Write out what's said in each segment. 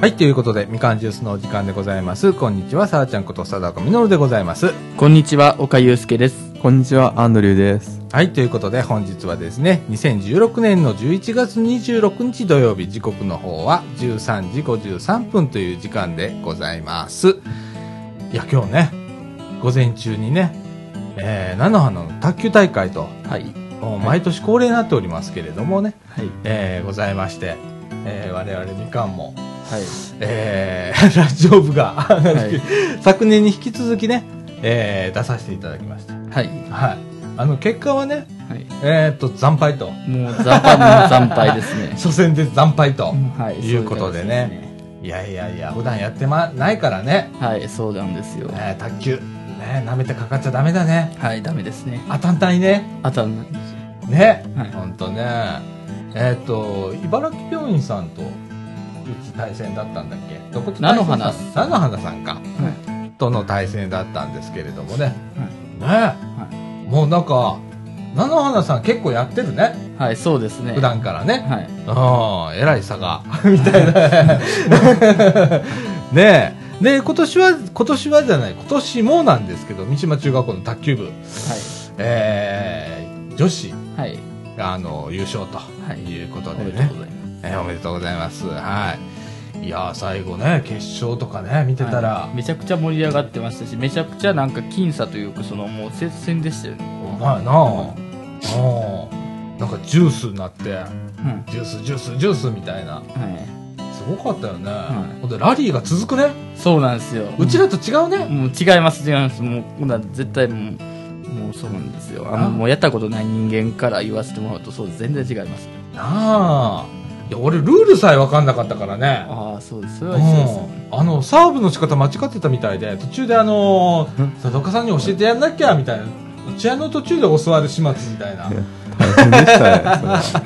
はい、ということで、みかんジュースのお時間でございます。こんにちは、さあちゃんこと貞子みのるでございます。 こんにちは、岡祐介です。 こんにちは、アンドリューです。 はい、ということで、本日はですね、2016年の11月26日土曜日、時刻の方は13時53分という時間でございます。いや、今日ね、午前中にね、菜の花の卓球大会と、 はい。 毎年恒例になっておりますけれどもね、 はい。 ございまして、我々みかんも、 はい。 ラジオ部が、 はい、 昨年に引き続きね、出させていただきました。 はい。 はい。結果はね、 はい、 惨敗と。 もう惨敗ですね。 初戦で惨敗と、 はい、 いうことでね。いやいやいや、普段やってないからね。 はい、そうなんですよ。 卓球。ね、舐めてかかっちゃダメだね。 はい、ダメですね。 当たんないね。 当たんないです。 ね。 はい、 ほんとね。茨城病院さんと、うち対戦だったんだっけ？どこ菜の花さんか、はい、との対戦だったんですけれどもね、はい、ね、はい、もうなんか菜の花さん結構やってるね。 はい、そうですね。 普段からね。 はい。 えらい差がみたいなねえ。で今年もなんですけど、三島中学校の卓球部、はい、女子、はい、優勝ということでね。おめでとうございます。はい。いやー、最後ね、決勝とかね、見てたら、 はい、めちゃくちゃ盛り上がってましたし、めちゃくちゃなんか僅差というか、もう接戦でしたよね。 お前なぁ。なんかジュースになって、うん、ジュースみたいな。はい。すごかったよね。ほんで、ラリーが続くね。 そうなんですよ。 うちらと違うね。 もう違います。もう、絶対もうそうなんですよ。もうやったことない人間から言わせてもらうと、そう全然違います。 なあ。いや、俺ルールさえ分かんなかったからね。 ああ、そうです。それは一緒です。 サーブの仕方間違ってたみたいで、途中で佐岡さんに教えてやんなきゃみたいな、試合の途中で教わる始末みたいな。 大変でした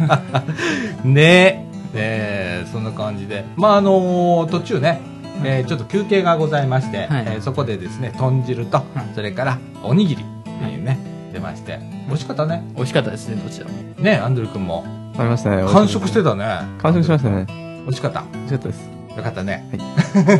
ね。そんな感じで、まあ途中ね、ちょっと休憩がございまして、はい、そこでですね、豚汁と、それからおにぎりっていうね、出まして、美味しかったね。 美味しかったですね、どちらも。 ね、アンドル君も。 ありましたね。 完食してたね。 完食しましたね。 美味しかった。 美味しかったです。 よかったね。はい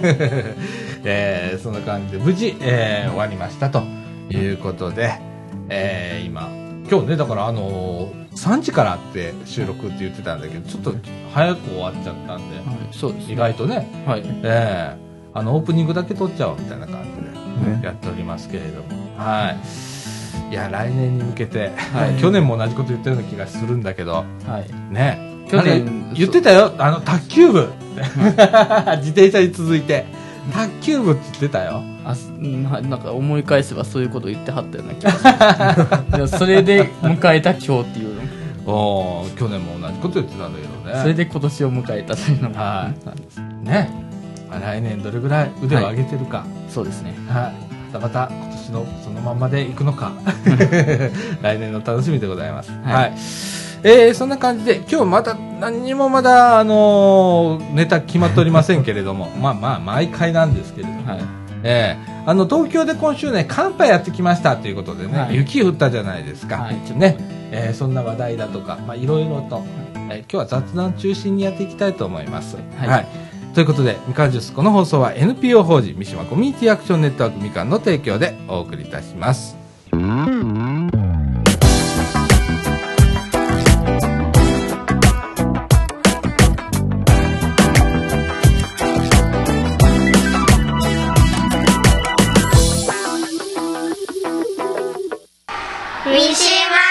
。そんな感じで無事、終わりましたということで、今日ね、だから3時からって収録って言ってたんだけど、ちょっと早く終わっちゃったんで、はい、 そうですね、 意外とね、はい、オープニングだけ撮っちゃおうみたいな感じでやっておりますけれども、はい。いや、来年に向けて、はい、去年も同じこと言ったような気がするんだけど、はい、ね、去年言ってたよ、卓球部自転車に続いて卓球部って言ってたよ。 なんか思い返せばそういうこと言ってはったような気がするそれで迎えた今日っていうの去年も同じこと言ってたんだけどね。 それで今年を迎えたというのが、はい、 ね、来年どれぐらい腕を上げてるか、はい、 そうですね、 はい、また今年のそのまんまでいくのか来年の楽しみでございます。はい、はい、そんな感じで今日まだ何にもまだネタ決まっておりませんけれどもまあ毎回なんですけれども、はい、東京で今週ね寒波やってきましたということでね、はい、雪降ったじゃないですか、はい、ね、そんな話題だとかいろいろと、今日は雑談中心にやっていきたいと思います。はい、はい、ということでみかんジュース、この放送は NPO 法人三島コミュニティアクションネットワークみかんの提供でお送りいたします。 三島小学校3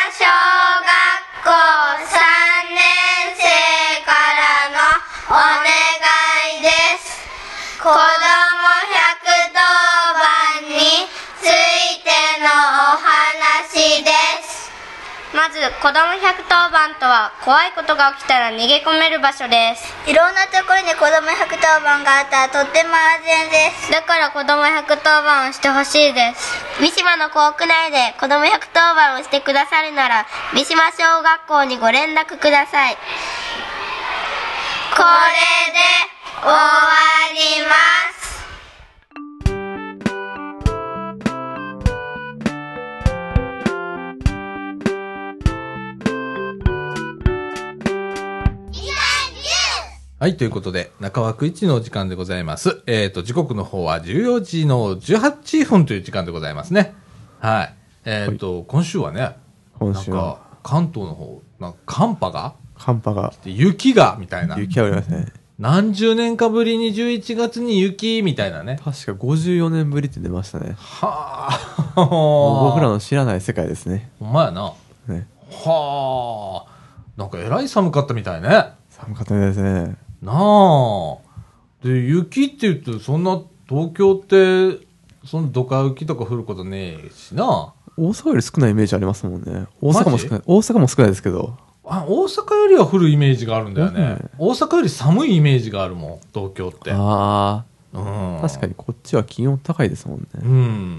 年生からのお願いです。子ども110番についてのお話です。まず子ども110番とは怖いことが起きたら逃げ込める場所です。 いろんなところに子ども110番があったらとっても安全です。 だから子ども110番をしてほしいです。三島の校区内で子ども110番をしてくださるなら三島小学校にご連絡ください。これで終わります。 ははい、ということで、中枠1のお時間でございます。時刻の方は14時の18分という時間でございますね。はい。今週はね、 今週はなんか、関東の方、なんか寒波が雪が、みたいな。 雪ありますね。 何十年かぶりに11月に雪、みたいなね。 確か54年ぶりって出ましたね。 はあ。 もう僕らの知らない世界ですね。 ほんまやな。 ね、 はあ。なんかえらい寒かったみたいね。 寒かったですね。 なあ。で、雪って言って、そんな東京って、そのドカ雪とか降ることねえしな。 大阪より少ないイメージありますもんね。大阪も少ないですけど。 大阪よりは降るイメージがあるんだよね。大阪より寒いイメージがあるもん、東京って。 ああ。 うん。 確かにこっちは気温高いですもんね。 うん。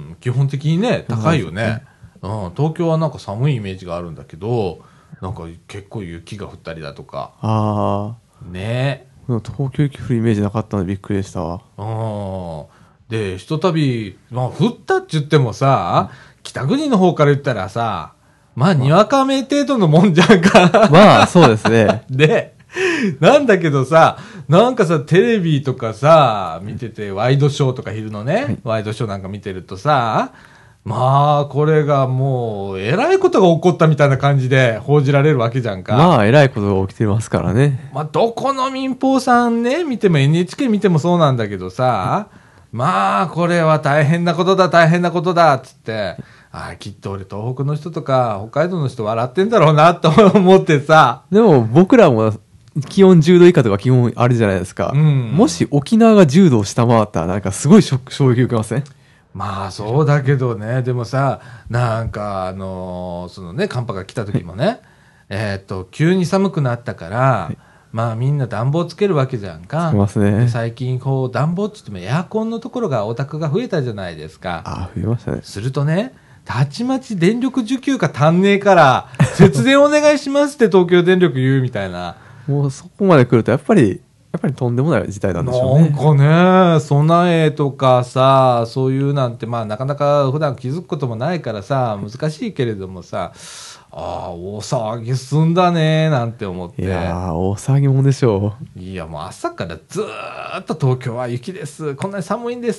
基本的にね、高いよね。うん。東京はなんか寒いイメージがあるんだけど、なんか結構雪が降ったりだとか。 ああ。ねえ。 東京雪降るイメージなかったのでびっくりでしたわ。 で、ひとたび、まあ、降ったって言ってもさ、北国の方から言ったらさ、まあ、にわか雨程度のもんじゃんか。 まあ、そうですね。 で、なんだけどさ、なんかさ、テレビとかさ、見てて、ワイドショーとか昼のね、ワイドショーなんか見てるとさ、まあ、これがもう、えらいことが起こったみたいな感じで報じられるわけじゃんか。 まあ、えらいことが起きてますからね。 まあ、どこの民放さんね、見ても NHK 見てもそうなんだけどさ、まあ、これは大変なことだ、大変なことだ、つって、きっと俺東北の人とか北海道の人笑ってんだろうなと思ってさ。 でも僕らも気温10度以下とか気温あるじゃないですか。うん、もし沖縄が10度を下回ったらなんかすごい衝撃受けません？ まあそうだけどね、でもさ、なんかそのね、寒波が来た時もね、急に寒くなったから、はい、まあみんな暖房つけるわけじゃんか。 つけますね。 最近こう暖房って言ってもエアコンのところがお宅が増えたじゃないですか。 ああ、増えましたね。 するとね、たちまち電力需給が足んねえから、節電お願いしますって東京電力言うみたいな。 もうそこまで来るとやっぱりとんでもない事態なんでしょうね。 なんかね、備えとかさ、そういうなんて、まあなかなか普段気づくこともないからさ、難しいけれどもさ、大騒ぎすんだねなんて思って。 いやー、大騒ぎもんでしょう。いや、もう朝からずーっと東京は雪です。こんなに寒いんです。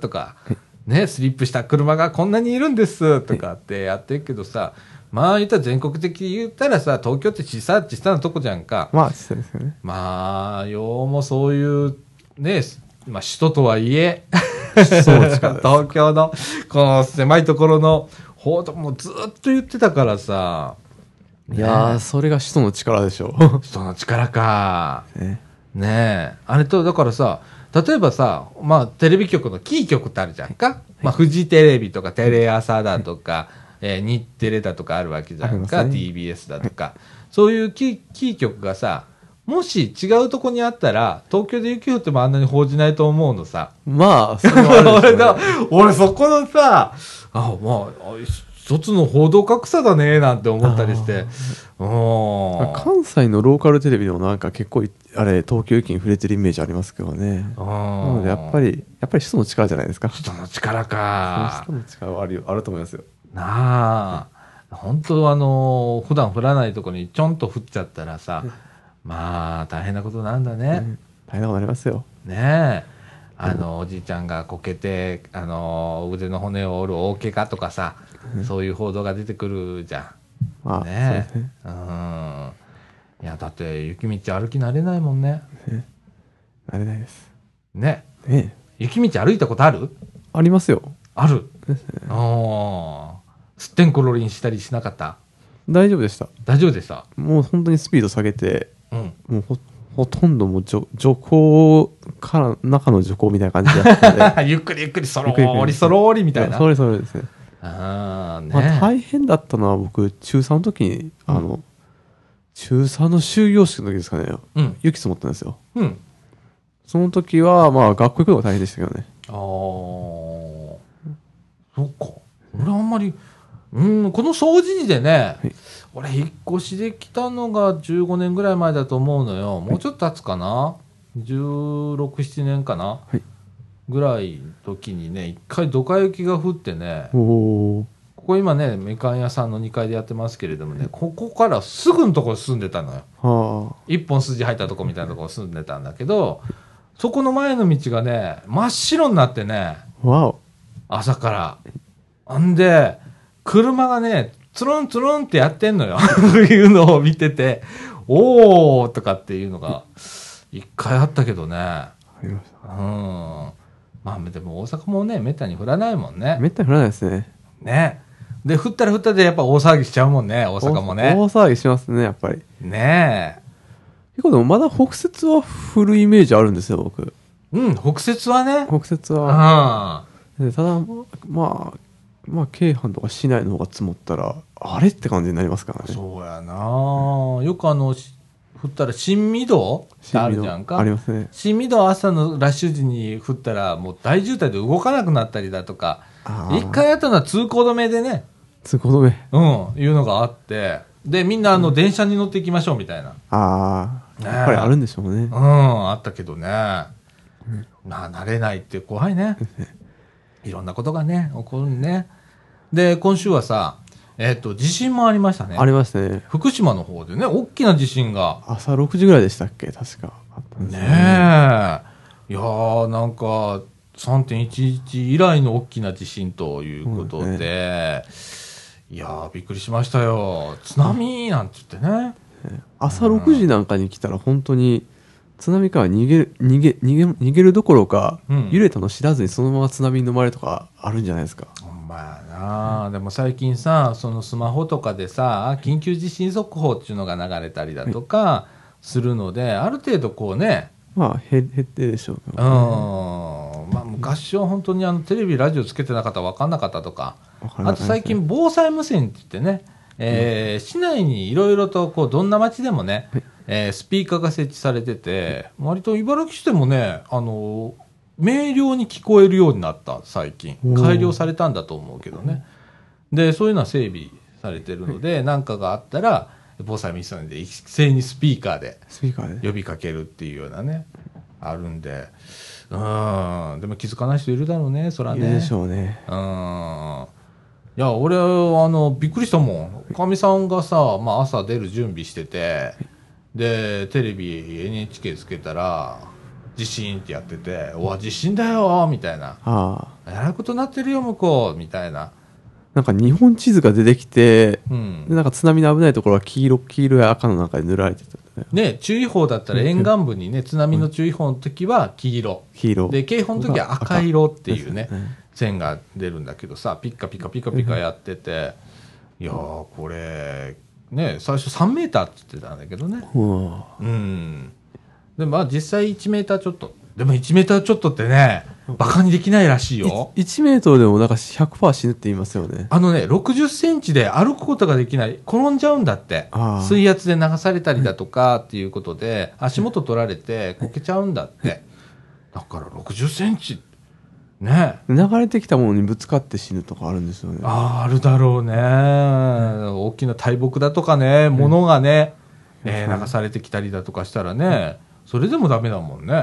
とか。ね、スリップした車がこんなにいるんですとかってやってるけどさ、まあ言ったら全国的に言ったらさ、東京って小さなとこじゃんか。 まあ小さいですよね。 まあ、ようもそういうね、まあ首都とはいえ、東京のこの狭いところの報道もずっと言ってたからさ。 いやー、それが首都の力でしょ。 首都の力か。ねえ。あれと、だからさ、例えばさ、まあ、テレビ局のキー局ってあるじゃんか。はい、まあ、フジテレビとかテレ朝だとか、日テレだとかあるわけじゃんか。TBS だとか。そういうキー局がさ、もし違うとこにあったら、東京で雪降ってもあんなに報じないと思うのさ。 まあ、それはあるでしょうね。 俺そこのさ、まあ、一つの報道格差だね、なんて思ったりして。 関西のローカルテレビでもなんか結構、あれ、東京雪に触れてるイメージありますけどね。なのでやっぱり首都の力じゃないですか。 首都の力か。 首都の力はあると思いますよ。 なあ。本当普段降らないところにちょんと降っちゃったらさ、まあ、大変なことなんだね。 大変なことになりますよ。 ねえ。おじいちゃんがこけて、腕の骨を折る大怪我とかさ、そういう報道が出てくるじゃん。 まあ、 ねえ。 そうですね。 いや、だって雪道歩き慣れないもんね。 慣れないです。 ね。雪道歩いたことある？ ありますよ。 ある。すってんころりんしたりしなかった？ 大丈夫でした。 大丈夫でした。 もう本当にスピード下げて、もうほとんどもう徐行から中の徐行みたいな感じだったのでゆっくりそろーりみたいな。 それですね。 ね。 まあ大変だったのは僕中3の時に中3の終業式の時ですかね。雪積もったんですよ。その時はまあ学校行くのが大変でしたけどね。 そっか。俺あんまりこの掃除時でね、俺引っ越しできたのが15年ぐらい前だと思うのよ。もうちょっと経つかな、16、7年かな、ぐらいの時にね、一回ドカ雪が降ってね、ここ今ね、みかん屋さんの2階でやってますけれどもね、ここからすぐのところ住んでたのよ。 はあ。 一本筋入ったとこみたいなところ住んでたんだけど、そこの前の道がね、真っ白になってね、 わお。 朝から。んで、車がね、つるんつるんってやってんのよ。いうのを見てて、おーとかっていうのが、一回あったけどね。 ありました。 まあでも大阪もね、めったに降らないもんね。 めったに降らないですね。 ね。で、降ったら降ったでやっぱ大騒ぎしちゃうもんね、大阪もね。 大騒ぎしますね、やっぱり。 ねえ。 結構でもまだ北節は降るイメージあるんですよ、僕。 うん、北節はね。 北節は。でただ、まあ、京阪とか市内の方が積もったら、あれって感じになりますからね。 そうやな。よく降ったら新御堂ってあるじゃんか。 ありますね。 新御堂朝のラッシュ時に降ったらもう大渋滞で動かなくなったりだとか、一回あったのは通行止めでね。 通行止め。 いうのがあって、で、みんな電車に乗っていきましょうみたいな。 やっぱりあるんでしょうね。 あったけどね。まあ、慣れないって怖いね。いろんなことがね、起こるね。で、今週はさ、地震もありましたね。 ありましたね。 福島の方でね、大きな地震が。 朝6時ぐらいでしたっけ、確か。 ねえ。いやー、なんか、3.11以来の大きな地震ということで、いやー、びっくりしましたよ。津波なんて言ってね。 朝6時なんかに来たら本当に、津波から逃げるどころか、揺れたの知らずにそのまま津波に飲まれるとかあるんじゃないですか。 ほんまやな。でも最近さ、そのスマホとかでさ、緊急地震速報っていうのが流れたりだとかするので、ある程度こうね、 まあ減ってでしょうけどね。 まあ昔は本当にテレビラジオつけてなかったら分かんなかったとか、あと最近防災無線って言ってね、市内にいろいろとこうどんな町でもね、スピーカーが設置されてて、割と茨城市でもね、明瞭に聞こえるようになった、最近。改良されたんだと思うけどね。で、そういうのは整備されてるので、何かがあったら、防災無線で一斉にスピーカーで呼びかけるっていうようなね、あるんで、でも気づかない人いるだろうね、そらね。 いるでしょうね。 いや、俺びっくりしたもん。かみさんがさ、まあ朝出る準備してて、で、テレビ NHK つけたら、地震ってやってて、うわ、地震だよみたいな。やらいことなってるよ、向こうみたいな。 なんか日本地図が出てきて、でなんか津波の危ないところは黄色や赤の中で塗られてた。 ね、注意報だったら沿岸部にね、津波の注意報の時は黄色。で、警報の時は赤色っていうね、線が出るんだけどさ、ピッカピカピカピカやってて、いやー、これ、ね、最初3メーターって言ってたんだけどね。で、まあ実際1メーターちょっと。でも1メーターちょっとってね、バカにできないらしいよ。 1メートルでもなんか 100% 死ぬって言いますよね。 60センチで歩くことができない。転んじゃうんだって。水圧で流されたりだとかっていうことで、足元取られてこけちゃうんだって。だから60センチ。ね。 流れてきたものにぶつかって死ぬとかあるんですよね。 あるだろうね。大きな大木だとかね、物がね、流されてきたりだとかしたらね、それでもダメだもんね。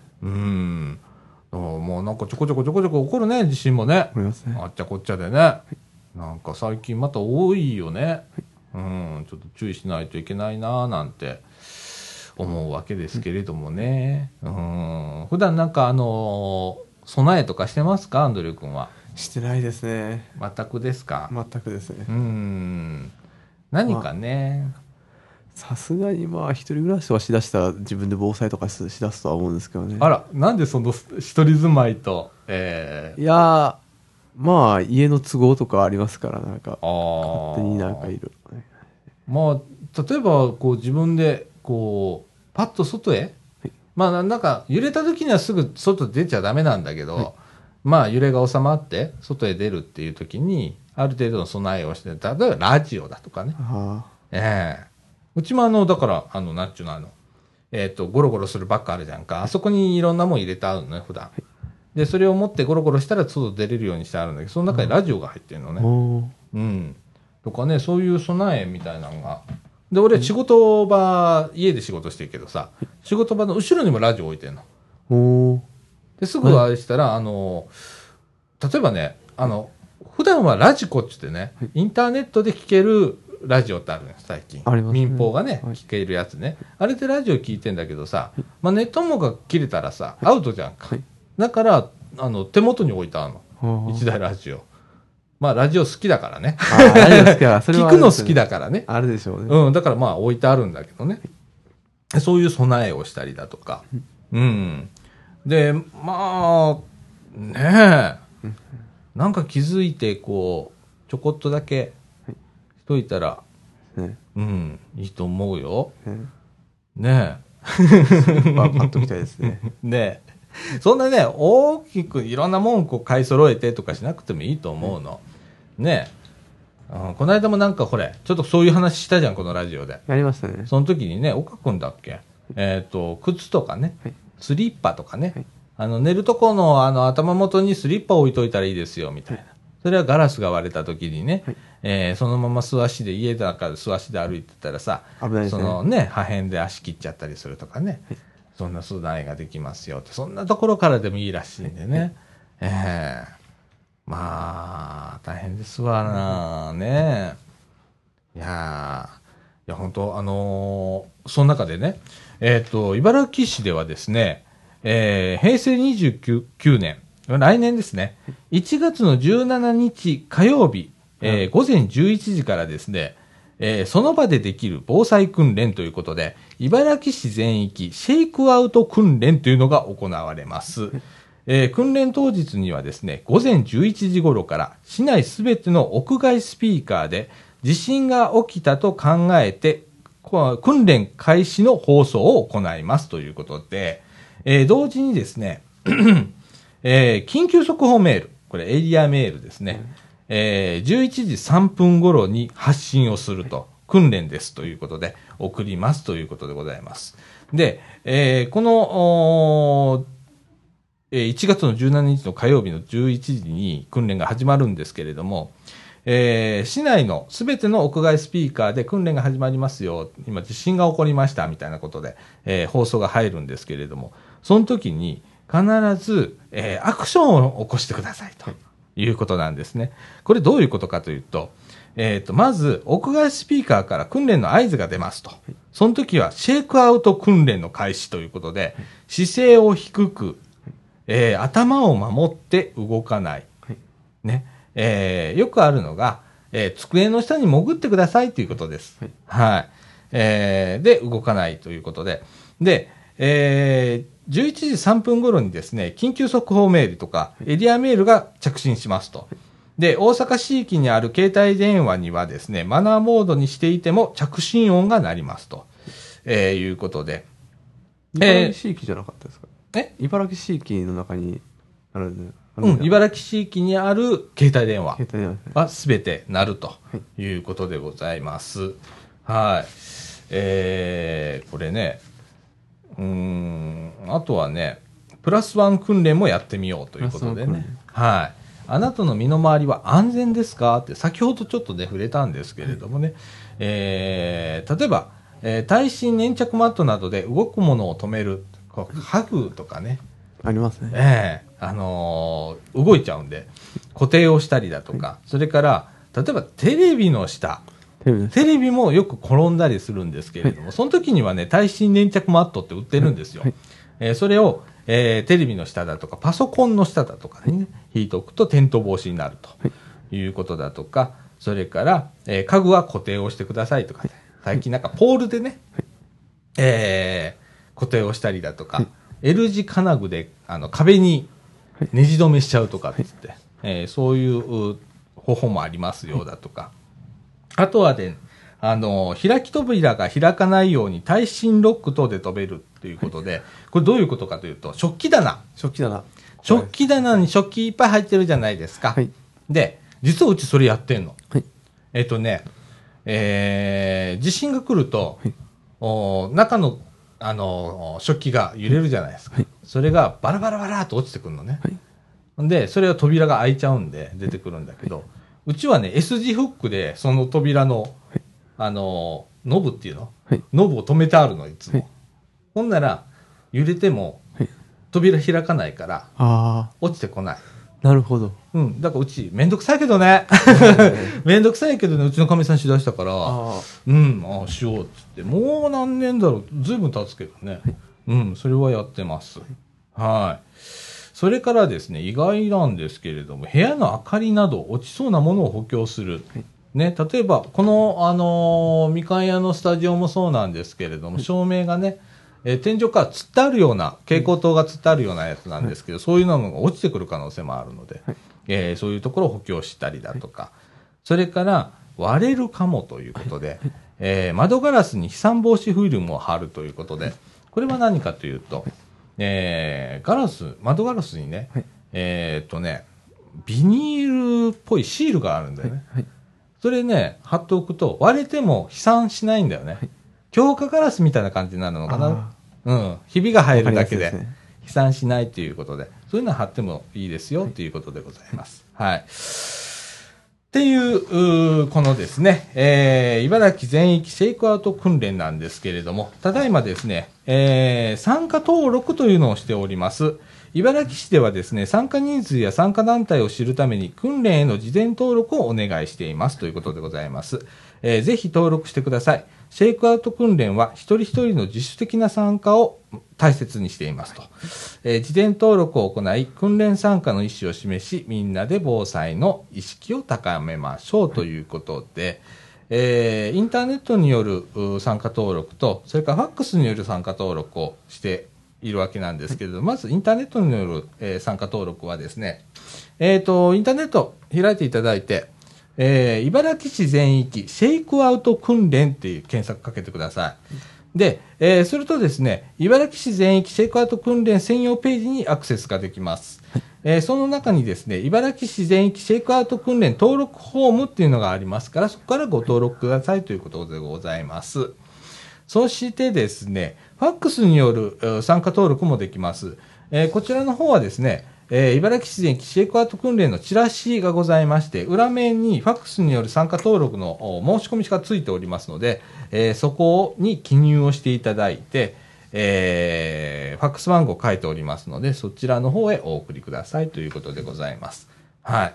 もうなんかちょこちょこ起こるね、地震もね。あっちゃこっちゃでね。なんか最近また多いよね。ちょっと注意しないといけないななんて思うわけですけれどもね。普段なんか備えとかしてますか、アンドリュー君は。 してないですね。 全くですか。 全くですね。 何かね。 さすがにまあ一人暮らしとかしだしたら自分で防災とかしだすとは思うんですけどね。 あら、なんでその一人住まいと、 いやまあ家の都合とかありますからなんか勝手になんかいる。 まあ例えばこう自分でこうパッと外へ、まあなんか揺れた時にはすぐ外出ちゃダメなんだけど、まあ揺れが収まって外へ出るっていう時にある程度の備えをして、例えばラジオだとかね。うちもだから、なんちゅうのゴロゴロするバッグあるじゃんか。あそこにいろんなもん入れてあるのね、普段。で、それを持ってゴロゴロしたら外出れるようにしてあるんだけど、その中にラジオが入ってるのね。とかね、そういう備えみたいなのが。で、俺仕事場、家で仕事してるけどさ、仕事場の後ろにもラジオ置いてんの。で、すぐあれしたら、例えばね、 普段はラジコって言ってね、インターネットで聞けるラジオってあるんです最近。 ありますね。 民放がね、聞けるやつね。あれでラジオ聞いてんだけどさ、まあネット網が切れたらさ、アウトじゃんか。だから、手元に置いてあるの。一台ラジオ。まあラジオ好きだからね。 ラジオ好きだから、それは、 聞くの好きだからね。 あるでしょうね。 だからまあ置いてあるんだけどね。そういう備えをしたりだとか。で、まあ、ねえ、なんか気づいて、こう、ちょこっとだけしといたら、いいと思うよ。ねえ。 パッときたいですね。 ねえ。そんなね、大きくいろんなもんこう買い揃えてとかしなくてもいいと思うの。ねえ。この間もなんかこれ、ちょっとそういう話したじゃん、このラジオで。 やりましたね。 その時にね、岡くんだっけ靴とかね、スリッパとかね、寝るとこの頭元にスリッパを置いといたらいいですよ、みたいな。それはガラスが割れた時にね、そのまま素足で、家の中で素足で歩いてたらさ、 危ないですね。 そのね、破片で足切っちゃったりするとかね、そんな備えができますよって、そんなところからでもいいらしいんでね。まあ、大変ですわなね。いや、本当その中でね、茨城市ではですね、平成29年、来年ですね、1月の17日火曜日、午前11時からですね、その場でできる防災訓練ということで、茨城市全域シェイクアウト訓練というのが行われます。訓練当日にはですね、午前11時頃から市内すべての屋外スピーカーで地震が起きたと考えて、訓練開始の放送を行いますということで、同時にですね、緊急速報メール、これエリアメールですね、11時3分頃に発信をすると、訓練ですということで、送りますということでございます。で、この、1月の17日の火曜日の11時に訓練が始まるんですけれども、市内のすべての屋外スピーカーで訓練が始まりますよ、今地震が起こりましたみたいなことで、放送が入るんですけれども、その時に必ず、アクションを起こしてくださいということなんですね。これどういうことかというと、まず屋外スピーカーから訓練の合図が出ますと。その時はシェイクアウト訓練の開始ということで、姿勢を低く、頭を守って動かない。ね。よくあるのが、机の下に潜ってくださいということです。はい。で、動かないということで。で、11時3分頃にですね、緊急速報メールとかエリアメールが着信しますと。で、大阪市域にある携帯電話にはですね、マナーモードにしていても着信音が鳴りますと、いうことで。 茨城市域じゃなかったですか？茨城市域の中にあるんで。 茨城市域にある携帯電話はすべて鳴るということでございます。はい。これね、あとはね、プラスワン訓練もやってみようということでね。はい。あなたの身の回りは安全ですかって先ほどちょっとね触れたんですけれどもね、例えば、耐震粘着マットなどで動くものを止める、ハグとかね。 ありますね。 動いちゃうんで、固定をしたりだとか、それから、例えばテレビの下、テレビもよく転んだりするんですけれども、その時にはね、耐震粘着マットって売ってるんですよ。それを、テレビの下だとか、パソコンの下だとかにね、引いておくと転倒防止になるということだとか、それから、家具は固定をしてくださいとか、最近なんかポールでね、固定をしたりだとか、L 字金具で壁にネジ止めしちゃうとかって言って、そういう方法もありますよだとか、あとはね、開き扉が開かないように耐震ロック等で止めるっていうことで、これどういうことかというと、食器棚に食器いっぱい入ってるじゃないですか。で、実はうちそれやってんの。地震が来ると、中の食器が揺れるじゃないですか。それがバラバラバラっと落ちてくるのね。で、それは扉が開いちゃうんで出てくるんだけど、うちはね、S 字フックでその扉の、ノブっていうの、ノブを止めてあるの、いつも。ほんなら、揺れても、扉開かないから、落ちてこない。 なるほど。 だからうち、めんどくさいけどね。めんどくさいけどね、うちのかみさんしだしたから、しようっつって。もう何年だろう。ずいぶん経つけどね。それはやってます。はい。それからですね、意外なんですけれども、部屋の明かりなど落ちそうなものを補強する。ね、例えば、この、みかん屋のスタジオもそうなんですけれども、照明がね、天井からつってあるような、蛍光灯がつってあるようなやつなんですけど、そういうのが落ちてくる可能性もあるので、そういうところを補強したりだとか、それから割れるかもということで、窓ガラスに飛散防止フィルムを貼るということで、これは何かというと、窓ガラスにね、ビニールっぽいシールがあるんだよね。それね、貼っておくと割れても飛散しないんだよね。強化ガラスみたいな感じになるのかな。ひびが入るだけで飛散しないということで、そういうのは貼ってもいいですよということでございます。はい。っていう、このですね、茨城全域シェイクアウト訓練なんですけれども、ただいまですね、参加登録というのをしております。茨城市ではですね、参加人数や参加団体を知るために訓練への事前登録をお願いしていますということでございます。ぜひ登録してください。シェイクアウト訓練は一人一人の自主的な参加を大切にしていますと。事前登録を行い、訓練参加の意思を示し、みんなで防災の意識を高めましょうということで、インターネットによる参加登録と、それからファックスによる参加登録をしているわけなんですけれども、まずインターネットによる、参加登録はですね、インターネット開いていただいて、茨城市全域シェイクアウト訓練っていう検索かけてください。で、するとですね、茨城市全域シェイクアウト訓練専用ページにアクセスができます。その中にですね、茨城市全域シェイクアウト訓練登録フォームっていうのがありますから、そこからご登録くださいということでございます。そしてですね、ファックスによる参加登録もできます。こちらの方はですね、茨城市全域シェイクアウト訓練のチラシがございまして、裏面にファックスによる参加登録の申し込みがついておりますので、そこに記入をしていただいて、ファックス番号書いておりますので、そちらの方へお送りくださいということでございます。はい。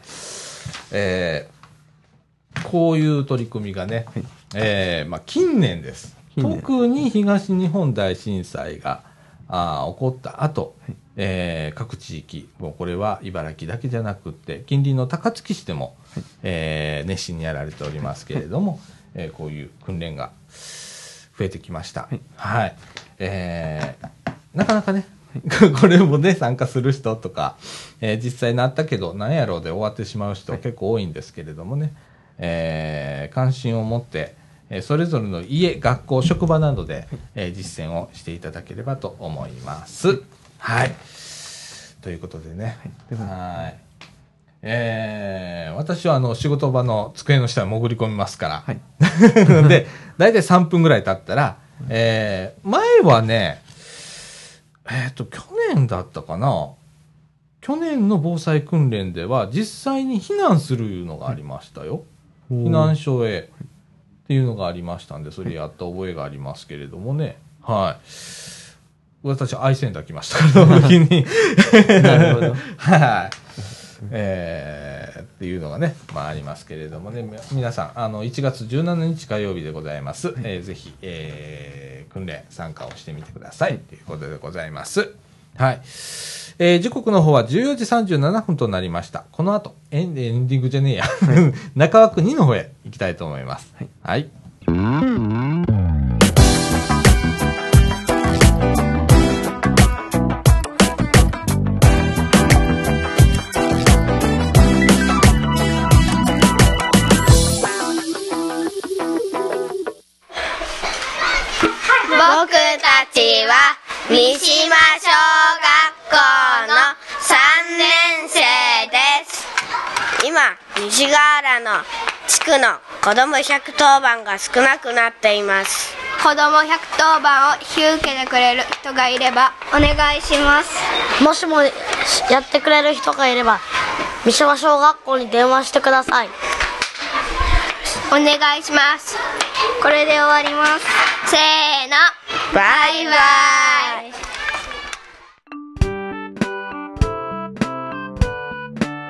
こういう取り組みがね、近年です。特に東日本大震災が起こった後、各地域、もうこれは茨城だけじゃなくって、近隣の高槻市でも、熱心にやられておりますけれども、こういう訓練が増えてきました。はい。なかなかね、これもね、参加する人とか、実際なったけど、何やろうで終わってしまう人結構多いんですけれどもね、関心を持って、それぞれの家、学校、職場などで、実践をしていただければと思います。はい。ということでね。はい。私は仕事場の机の下に潜り込みますから。で、だいたい3分ぐらい経ったら、前はね、去年だったかな。去年の防災訓練では実際に避難するのがありましたよ。避難所へっていうのがありましたんで、それやった覚えがありますけれどもね。はい。私、アイセンター来ましたから、時に。なるほど。はい。っていうのがね、ありますけれどもね、皆さん、1月17日火曜日でございます。ぜひ、訓練参加をしてみてください。ということでございます。はい。時刻の方は14時37分となりました。この後、エンディングじゃねえや。中枠2の方へ行きたいと思います。はい。 僕たちは三島小学校の3年生です。今、西河原の地区の子ども110番が少なくなっています。 子ども110番を引き受けてくれる人がいればお願いします。 もしもやってくれる人がいれば三島小学校に電話してください。 お願いします。これで終わります。 せーの、バイバイ。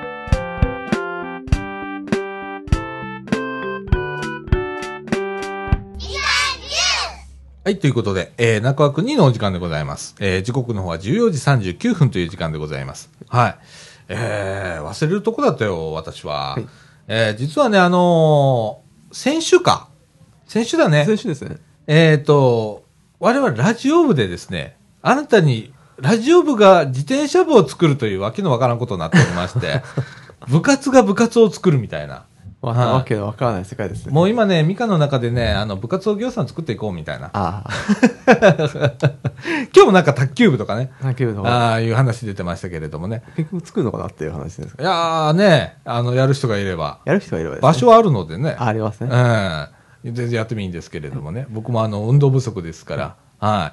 はい、ということで、中枠2のお時間でございます。時刻の方は14時39分という時間でございます。はい。忘れるとこだったよ、私は。はい、実はね、先週だね。 先週ですね。 我々ラジオ部でですね、あなたに、ラジオ部が自転車部を作るというわけのわからんことになっておりまして、部活が部活を作るみたいな。 わけのわからない世界ですね。 もう今ね、ミカの中でね、部活動業さん作っていこうみたいな。 ああ。 今日もなんか卓球部とかね。 卓球部とか。 ああいう話出てましたけれどもね。 結局作るのかなっていう話ですか。 いやーね、やる人がいれば。 やる人がいればですね。 場所はあるのでね。 ありますね。 全然やってもいいんですけれどもね。僕も運動不足ですから。はい。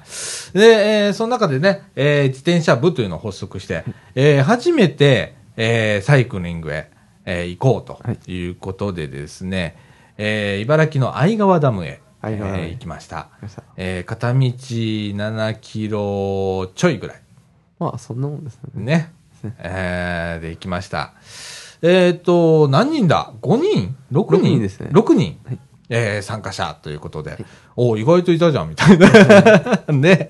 で、その中でね、自転車部というのを発足して、初めて、サイクリングへ、行こうということでですね、茨城の相川ダムへ、行きました。片道7キロちょいぐらい。 まあ、そんなもんですね。 ね。で、行きました。何人だ ?5 人 ?6 人ですね。 6人。参加者ということで、意外といたじゃん、みたいな。ね。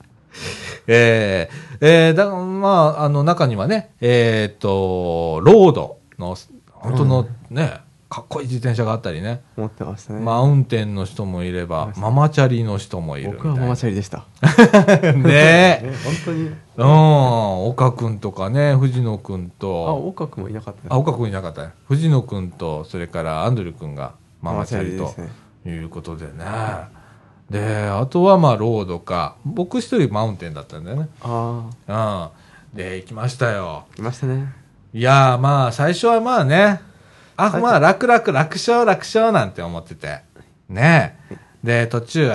まあ、中にはね、ロードの、本当のね、かっこいい自転車があったりね。 持ってましたね。 マウンテンの人もいれば、ママチャリの人もいるみたいな。 僕はママチャリでした。 ね本当に。 岡くんとかね、藤野くんと。 岡くんもいなかった。 岡くんいなかった。藤野くんと、それからアンドリューくんがママチャリということでね。で、あとはまあ、ロードか。僕一人マウンテンだったんだよね。で、行きましたよ。 来ましたね。 いやー、まあ、最初はまあね、まあ、楽勝なんて思ってて。ねで、途中、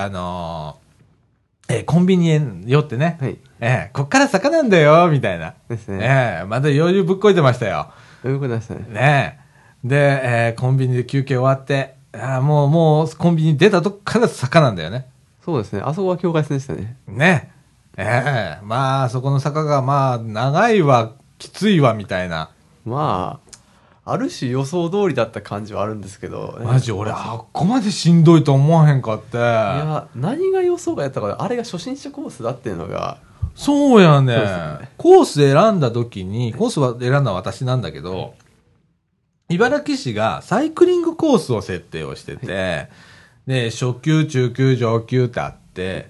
コンビニへ寄ってね、こっから坂なんだよ、みたいな。 ですね。 まだ余裕ぶっこいてましたよ。 余裕ぶっこいてましたね。 ねで、コンビニで休憩終わって、もう、コンビニ出たとこから坂なんだよね。 そうですね。あそこは境界線でしたね。 ねまあ、そこの坂が、まあ、長いわ、きついわ、みたいな。 まあ、ある種予想通りだった感じはあるんですけど。 マジ、俺、あっこまでしんどいと思わへんかって。いや、何が予想がやったか、あれが初心者コースだっていうのが。 そうやね。コース選んだ時に、コースは選んだのは私なんだけど、茨城市がサイクリングコースを設定をしてて、で、初級、中級、上級ってあって、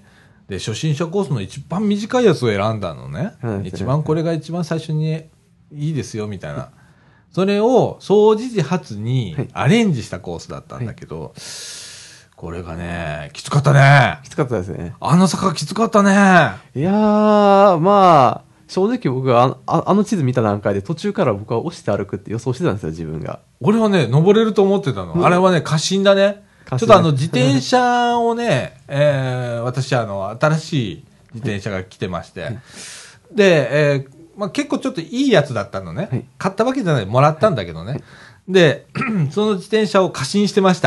で、初心者コースの一番短いやつを選んだのね。一番これが一番最初にいいですよ、みたいな。それを、総持寺発にアレンジしたコースだったんだけど、これがね、きつかったね。 きつかったですね。 あの坂きつかったね。 いやー、まあ、正直僕はあの地図見た段階で途中から僕は押して歩くって予想してたんですよ、自分が。 俺はね、登れると思ってたの。あれはね、過信だね。ちょっと自転車をね、私新しい自転車が来てまして。で、まあ、結構ちょっといいやつだったのね。買ったわけじゃない、もらったんだけどね。で、その自転車を過信してました。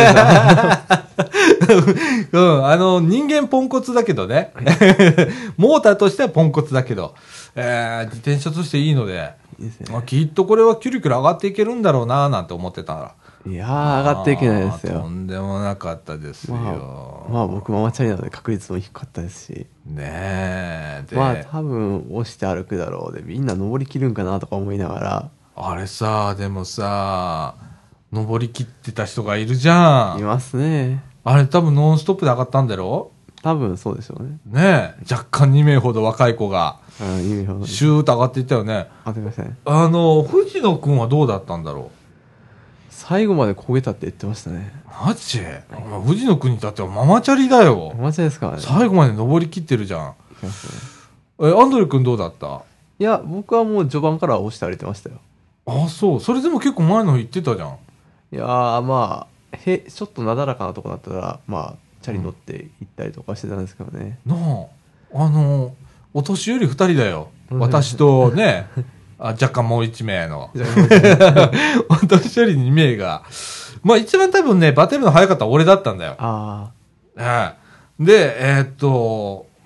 人間ポンコツだけどね。モーターとしてはポンコツだけど、自転車としていいので、まあ、きっとこれはキュリキュリ上がっていけるんだろうななんて思ってたら。 いやー、上がっていけないですよ。 とんでもなかったですよ。 まあ僕ママチャリなので確率も低かったですし。 ねえ。 まあ多分押して歩くだろうで、みんな登りきるんかなとか思いながら。 あれさ、でもさ、登りきってた人がいるじゃん。 いますね。 あれ多分ノンストップで上がったんだろ？ 多分そうでしょうね。 ねえ、若干2名ほど若い子が、 2名ほど。 シューッと上がっていったよね。 上がってましたね。 藤野くんはどうだったんだろう？ 最後まで焦げたって言ってましたね。 マジ？藤野くんにとってはママチャリだよ。 ママチャリですかね。 最後まで登りきってるじゃん。 行きますね。アンドレくんどうだった？ いや、僕はもう序盤から押して歩いてましたよ。 あ、そう。それでも結構前の方行ってたじゃん。 いやー、まあ、ちょっとなだらかなとこだったら、まあ、チャリ乗って行ったりとかしてたんですけどね。 なあ、お年寄り2人だよ。私とね、若干もう1名の。お年寄り2名が。まあ一番多分ね、バテるの早かった俺だったんだよ。 ああ。 で、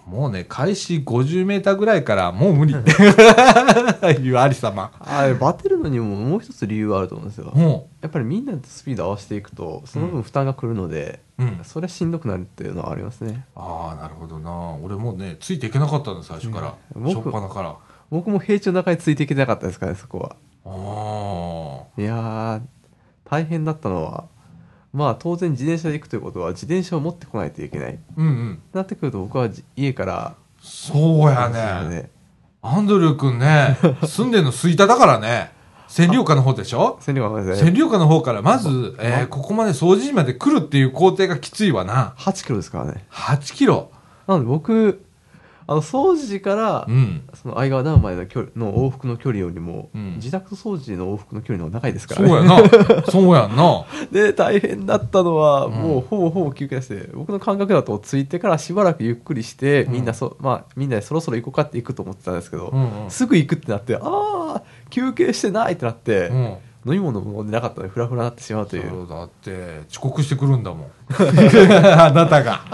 もうね、開始50メーターぐらいからもう無理っていうありさま。 バテるのにももう一つ理由があると思うんですよ。やっぱりみんなでスピード合わせていくと、その分負担が来るので、それはしんどくなるっていうのはありますね。 ああ、なるほどな。俺もうね、ついていけなかったんだ、最初から。初っ端から。 僕も平地の中についていけなかったですからね、そこは。いやー、大変だったのは、まあ当然自転車で行くということは自転車を持ってこないといけない。なってくると僕は家から。 そうやね。アンドリュー君ね、住んでるの吹田だからね。千里丘の方でしょ？ 千里丘ですね。 千里丘の方からまず、ここまで掃除時まで来るっていう工程がきついわな。 8キロですからね。 8キロ。 なので僕、掃除時から、その相川ダムまでの往復の距離よりも、自宅と掃除の往復の距離の方が長いですからね。 そうやな。そうやんな。 で、大変だったのは、もうほぼ休憩して、僕の感覚だと着いてからしばらくゆっくりして、みんなでそろそろ行こうかって行くと思ってたんですけど、すぐ行くってなって、休憩してないってなって、飲み物も飲んでなかったのでフラフラになってしまうという。 そうだって遅刻してくるんだもんあなたが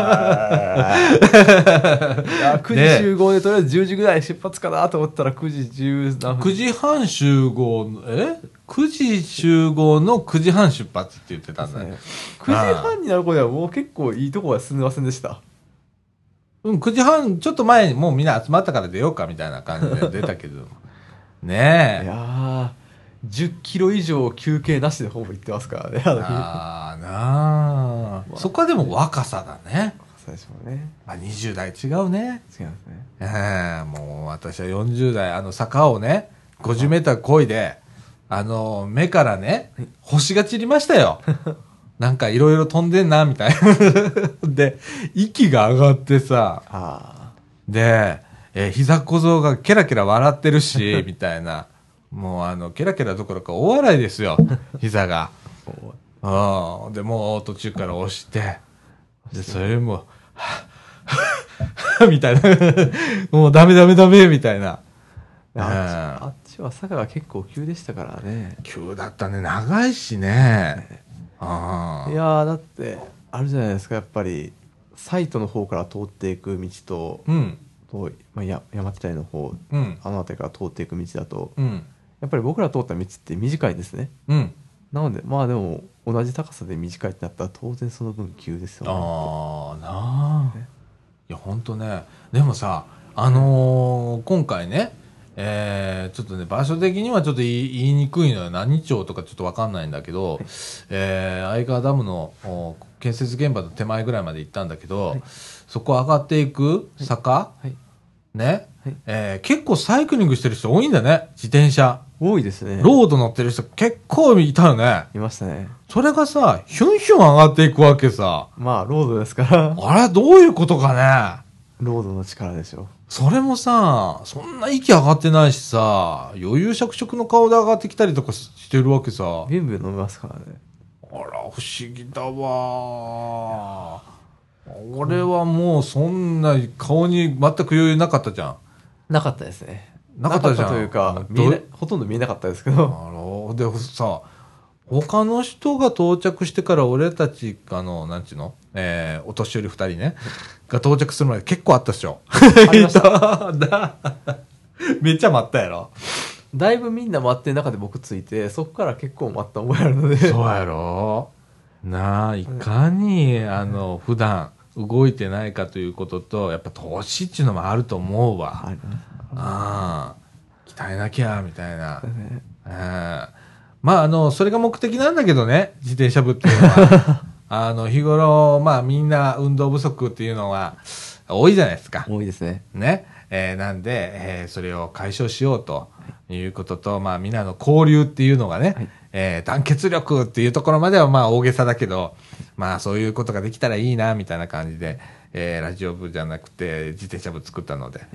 9時集合でとりあえず10時ぐらい出発かなと思ったら9時10何分 9時半集合9時集合の9時半出発って言ってたんだね。 9時半になる頃ではもう結構いいとこは進んでませんでした。 9時半ちょっと前にもうみんな集まったから出ようかみたいな感じで出たけどねえ。 いやー10キロ以上休憩なしでほぼ行ってますからね。 そこはでも若さだね。 若さでしょうね。 20代違うね。 違いますね。 もう私は40代、坂をね、50メーター漕いで、目からね、星が散りましたよ。なんかいろいろ飛んでんな、みたいな。で、息が上がってさ、で、膝小僧がケラケラ笑ってるし、みたいな。もうケラケラどころか大笑いですよ、膝が。で、もう途中から押して、で、それも、みたいな。もうダメみたいな。 あっちは坂が結構急でしたからね。 急だったね、長いしね。 いやだって、あるじゃないですか、やっぱり、サイトの方から通っていく道と、山手台の方、あの辺りから通っていく道だと、やっぱり僕ら通った道って短いんですね。なので、でも、同じ高さで短いってなったら当然その分急ですよね。 いや、ほんとね。でもさ、今回ね、ちょっとね、場所的にはちょっと言いにくいのよ。何町とかちょっとわかんないんだけど、相川ダムの建設現場の手前ぐらいまで行ったんだけど、そこ上がっていく坂、ね、結構サイクリングしてる人多いんだね、自転車。 多いですね。 ロード乗ってる人結構いたよね。 いましたね。 それがさ、ヒュンヒュン上がっていくわけさ。 ロードですから。 あれはどういうことかね。 ロードの力でしょ。 それもさ、そんな息上がってないしさ、余裕しゃくしゃくの顔で上がってきたりとかしてるわけさ。 ビュンビュン飲みますからね。 あら、不思議だわ。俺はもうそんな顔に全く余裕なかったじゃん。 なかったですね。 なかったじゃん。 というか、ほとんど見えなかったですけど。 でさ、他の人が到着してから俺たち、なんちゅうのお年寄り2人ね、が到着するまで結構あったっしょ。 ありました。 めっちゃ待ったやろ。 だいぶみんな待ってる中で僕ついて、そこから結構待った覚えあるので。 そうやろいかに、普段動いてないかということと、やっぱ年っていうのもあると思うわ。鍛えなきゃ、みたいな。それが目的なんだけどね、自転車部っていうのは。日頃、みんな運動不足っていうのは多いじゃないですか。 多いですね。 ね。なんで、それを解消しようということと、みんなの交流っていうのがね、団結力っていうところまでは大げさだけど、そういうことができたらいいな、みたいな感じで、ラジオ部じゃなくて自転車部作ったので、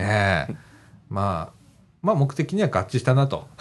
目的には合致したなと。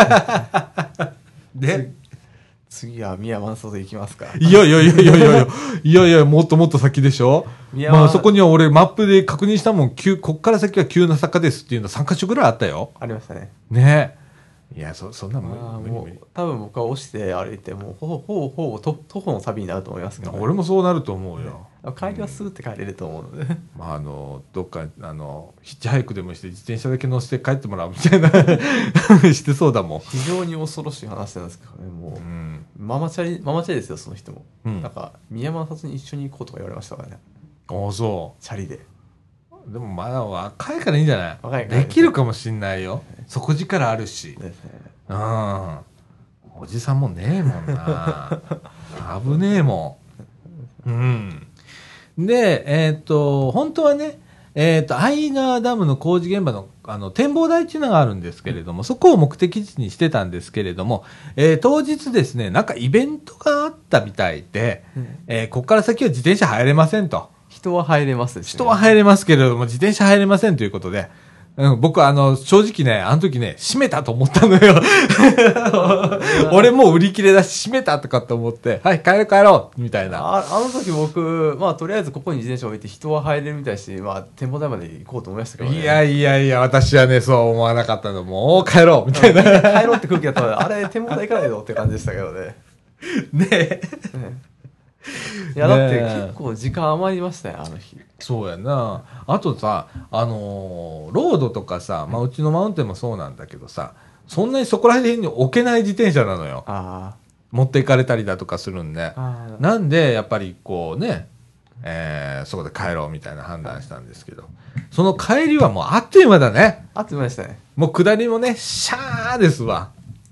で、 次は宮湾外行きますか。 いや、もっともっと先でしょ。そこには俺マップで確認したもん、こっから先は急な坂ですっていうの3カ所ぐらいあったよ。 ありましたね。 ね。 いや、そんな無理。 多分僕は押して歩いて、もうほぼ徒歩の旅になると思いますけど、ね、 俺もそうなると思うよ。 帰りはスーって帰れると思うので。 まあ、どっか、ヒッチハイクでもして自転車だけ乗せて帰ってもらうみたいなしてそうだもん。 非常に恐ろしい話なんですけどね、もう。ママチャリですよ、その人も。なんか、宮山里に一緒に行こうとか言われましたからね。 ああ、そう。 チャリで。 でもまだ若いからいいんじゃない？若いからできるかもしんないよ。底力あるし。ですね。おじさんもねえもんな。危ねえもん。で、本当はね、相川ダムの工事現場の、展望台っていうのがあるんですけれども、そこを目的地にしてたんですけれども、当日ですね、なんかイベントがあったみたいで、ここから先は自転車入れませんと。 人は入れますですね。 人は入れますけれども、自転車入れませんということで、僕は正直ね、あの時ね、閉めたと思ったのよ。俺もう売り切れだし、閉めたとかと思って、はい、帰ろうみたいな。 あの時僕、まあ、とりあえずここに自転車置いて人は入れるみたいし、まあ、展望台まで行こうと思いましたけどね。 いや、私はね、そう思わなかったの。もう帰ろうみたいな。 帰ろうって空気だったら、あれ、展望台行かないぞって感じでしたけどね。 ねえ。 いや、だって結構時間余りましたよ、あの日。 そうやな。あとさ、ロードとかさ、まあ、うちのマウンテンもそうなんだけどさ、そんなにそこら辺に置けない自転車なのよ。持っていかれたりだとかするんで。なんで、やっぱりこうね、そこで帰ろうみたいな判断したんですけど、その帰りはもうあっという間だね。 あっという間でしたね。 もう下りもね、シャーですわ。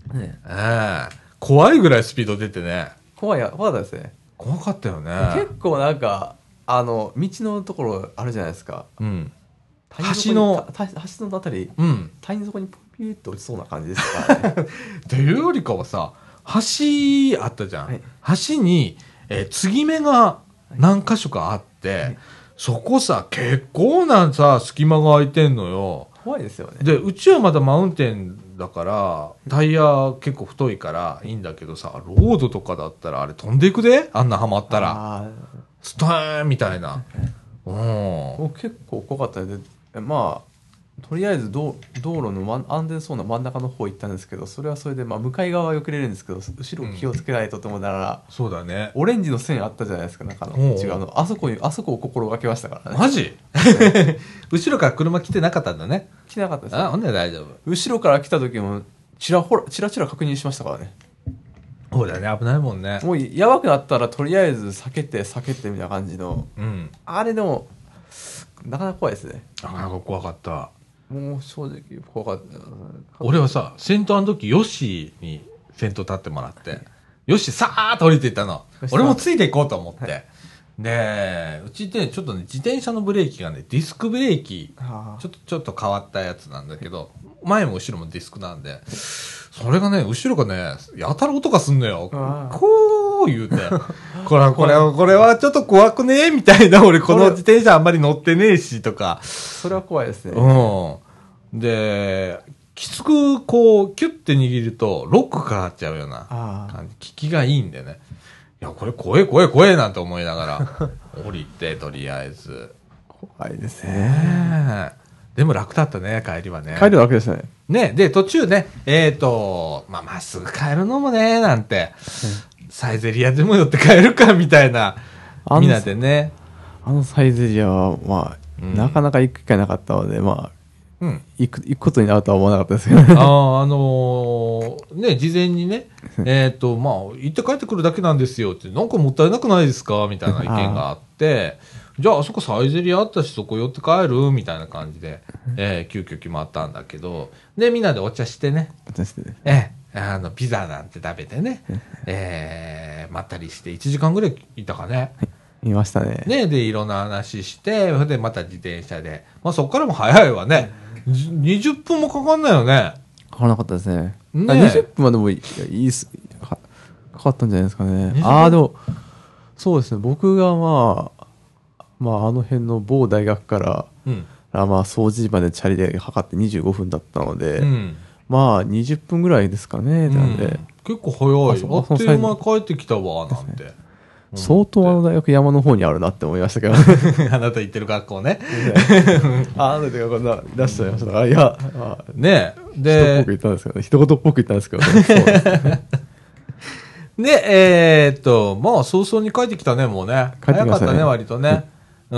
怖いぐらいスピード出てね。怖かったですね。 怖かったよね。 結構なんか、道のところあるじゃないですか。橋のあたり、谷底にピューッと落ちそうな感じですかね。 というよりかはさ、橋あったじゃん。橋に、継ぎ目が何箇所かあって、そこさ、結構なさ、隙間が空いてんのよ。 怖いですよね。 で、うちはまだマウンテンだから、タイヤ結構太いからいいんだけどさ、ロードとかだったらあれ飛んでいくで、あんなはまったら。スターンみたいな。 結構怖かったんで、まあ、とりあえず道路の安全そうな真ん中の方行ったんですけど、それはそれで、まあ、向かい側はよくれるんですけど、後ろ気をつけないとと思ったら、 そうだね。 オレンジの線あったじゃないですか、中の内側の。あそこを心がけましたからね。 マジ後ろから車来てなかったんだね。 来てなかったですね。 ほんで大丈夫。 後ろから来た時も、チラチラ確認しましたからね。 そうだね、危ないもんね。 もうやばくなったらとりあえず避けてみたいな感じの、あれでもなかなか怖いですね。 なかなか怖かった。 もう正直怖かった。 俺はさ、先頭の時ヨッシーに先頭立ってもらって、ヨッシーさーっと降りていったの。俺もついていこうと思って。で、うちってちょっとね、自転車のブレーキがね、ディスクブレーキ、ちょっと変わったやつなんだけど、前も後ろもディスクなんで、それがね、後ろがね、やたら音がすんのよ。こう言うて。これはちょっと怖くねえみたいな、俺この自転車あんまり乗ってねえし、とか。 それは怖いですね。 で、きつくこう、キュッて握ると、ロックかかっちゃうような感じ。効きがいいんでね。いや、これ怖えなんて思いながら、降りて、とりあえず。 怖いですね。 でも楽だったね、帰りはね。 帰りは楽ですね。 ね、で、途中ね、まっすぐ帰るのもね、なんて、サイゼリアでも寄って帰るか、みたいな、みんなでね。 サイゼリアは、まあ、なかなか行く機会なかったので、まあ、行くことになるとは思わなかったですけどね。 ね、事前にね、まあ、行って帰ってくるだけなんですよって、なんかもったいなくないですかみたいな意見があって、じゃあ、あそこサイゼリアあったし、そこ寄って帰るみたいな感じで、急遽決まったんだけど、で、みんなでお茶してね。ピザなんて食べてね、まったりして1時間ぐらいいたかね。 いましたね。 で、いろんな話して、で、また自転車で。まあ、そっからも早いわね。20分もかかんないよね。 かからなかったですね。20分はでもいいっす。かかったんじゃないですかね。でも、そうですね。僕がまあ、あの辺の某大学から、まあ、掃除までチャリで測って25分だったので、まあ、20分ぐらいですかね。なんで結構早い。あっという間帰ってきたわ、なんて。 相当大学山の方にあるなって思いましたけどあなた行ってる学校ね。 あなたがこんな出しちゃいましたから、いや、 ねで、 人っぽく言ったんですけどね。一言っぽく言ったんですけどね。そうですね。 で、まあ、早々に帰ってきたね、もうね。 帰ってきましたね早かったね、割とね。うん。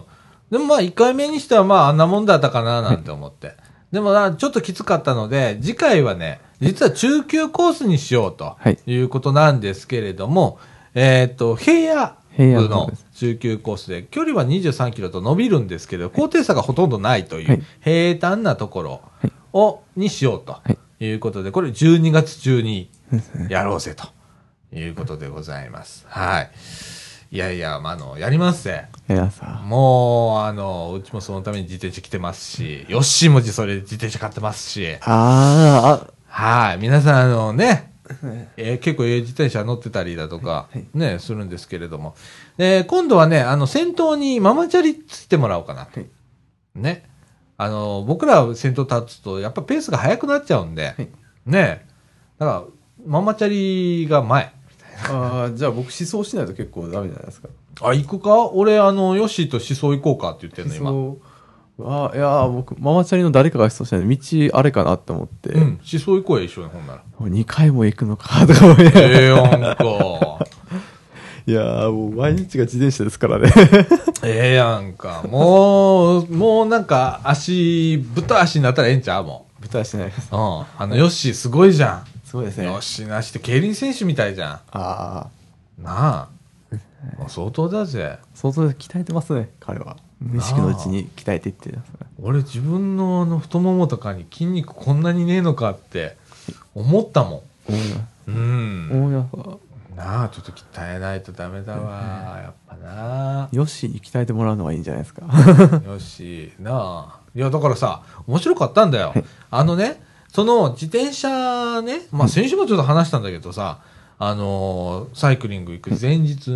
でもまあ、1回目にしてはまあ、あんなもんだったかな、なんて思って。でもちょっときつかったので、次回はね、実は中級コースにしようということなんですけれども、平野部の中級コースで、距離は23キロと伸びるんですけど、高低差がほとんどないという平坦なところにしようということで、これ12月中にやろうぜということでございます。はい。いやいや、やりますぜ。もう、うちもそのために自転車来てますし、ヨッシーもそれで自転車買ってますし。はい。皆さん、ね、結構自転車乗ってたりだとか、ね、するんですけれども。今度はね、先頭にママチャリついてもらおうかなと。ね。僕ら先頭立つと、やっぱペースが速くなっちゃうんで、ね。だから、ママチャリが前。 じゃあ僕思想しないと結構ダメじゃないですか。 行くか俺、ヨッシーと思想行こうかって言ってんの、 今。いや僕、ママチャリの誰かが思想しないで、道あれかなって思って。 思想行こうや、一緒に、ほんなら。 2回も行くのか、とか思いながら。 やんか。 いやもう毎日が自転車ですからね。 やんか。もうなんか、豚足になったらええんちゃうもん。豚足ないです。 ヨッシーすごいじゃん。 そうですね。 よしなして競輪選手みたいじゃん。なあ。もう相当だぜ。 相当鍛えてますね、彼は。無意識のうちに鍛えていってますね。 俺自分の太ももとかに筋肉こんなにねえのかって思ったもん。なあ、ちょっと鍛えないとダメだわ。やっぱな。 ヨッシーに鍛えてもらうのはいいんじゃないですか。 ヨッシー、なあ。いや、だからさ、面白かったんだよ。その自転車ね、まあ先週もちょっと話したんだけどさ、サイクリング行く前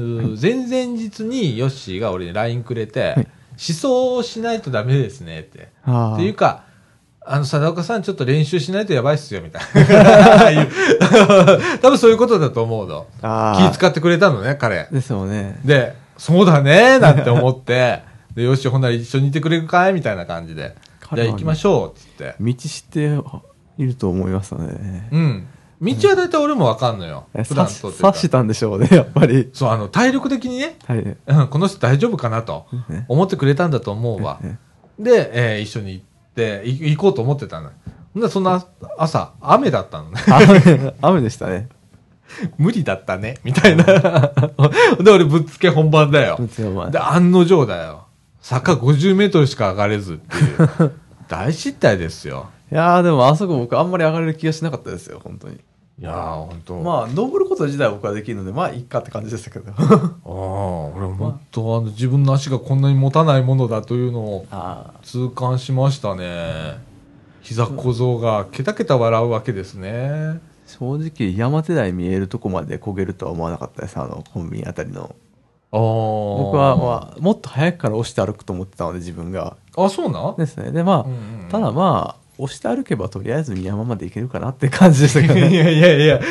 々日にヨッシーが俺に LINE くれて、思想しないとダメですねって。っていうか、貞岡さんちょっと練習しないとやばいっすよ、みたいな。多分そういうことだと思うの。気使ってくれたのね、彼。 ですよね。 で、そうだね、なんて思って、で、よし、ほんなら一緒にいてくれるかいみたいな感じで。じゃあ行きましょう、つって。 道知っていると思いますね。 道は大体俺もわかんのよ。 普段と察したんでしょうね、やっぱり。 そう、体力的にね、この人大丈夫かなと思ってくれたんだと思うわ。で、一緒に行って行こうと思ってたの。で、その朝、雨だったのね。 雨でしたね。 無理だったね、みたいな。で、俺ぶっつけ本番だよ。で、案の定だよ。坂50メートルしか上がれずっていう。大失態ですよ。 いやでもあそこ僕あんまり上がれる気がしなかったですよ、本当に。 いや本当。 まあ、登ること自体は僕はできるので、まあ、いいかって感じでしたけど。 俺本当自分の足がこんなに持たないものだというのを痛感しましたね。膝小僧がケタケタ笑うわけですね。 正直、山手台見えるとこまで焦げるとは思わなかったです、コンビニあたりの。僕は、まあ、もっと早くから押して歩くと思ってたので、自分が。 そうなんですね。で、まあ、ただまあ、押して歩けばとりあえず宮山まで行けるかなって感じでしたけどね。 いや、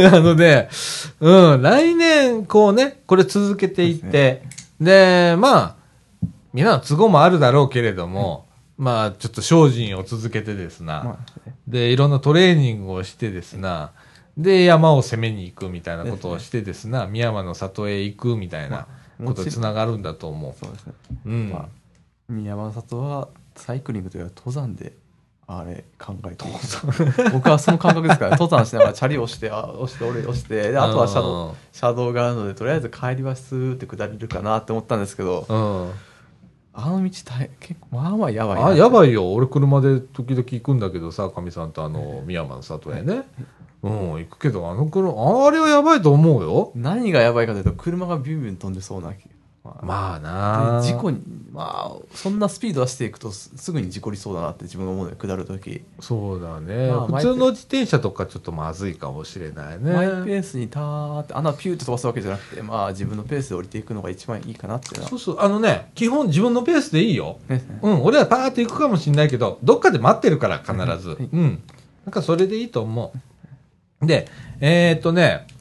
来年、こうね、これ続けていって、で、まあ、みんなの都合もあるだろうけれども、まあ、ちょっと精進を続けてですな、で、いろんなトレーニングをしてですな、で、山を攻めに行くみたいなことをしてですな、宮山の里へ行くみたいなことにつながるんだと思う。 そうですね。宮山の里は、サイクリングというか登山で、あれ考えて僕はその感覚ですから、ね、登山しながらチャリを押してであとは車道があるのでとりあえず帰りはスーって下れるかなって思ったんですけど、あの道結構まあまあやばいな。 やばいよ。俺車で時々行くんだけどさ、かみさんと宮山の里へね、行くけどあれはやばいと思うよ。 何がやばいかというと車がビュンビュン飛んでそうな。 まあな事故に、まあ、そんなスピード出していくとすぐに事故りそうだなって自分が思うのよ、下るとき。 そうだね、普通の自転車とかちょっとまずいかもしれないね。 マイペースにターってピューって飛ばすわけじゃなくて、まあ自分のペースで降りていくのが一番いいかなっていうのは。 そう基本自分のペースでいいよ。俺はパーって行くかもしれないけど、どっかで待ってるから必ず。なんかそれでいいと思う。で、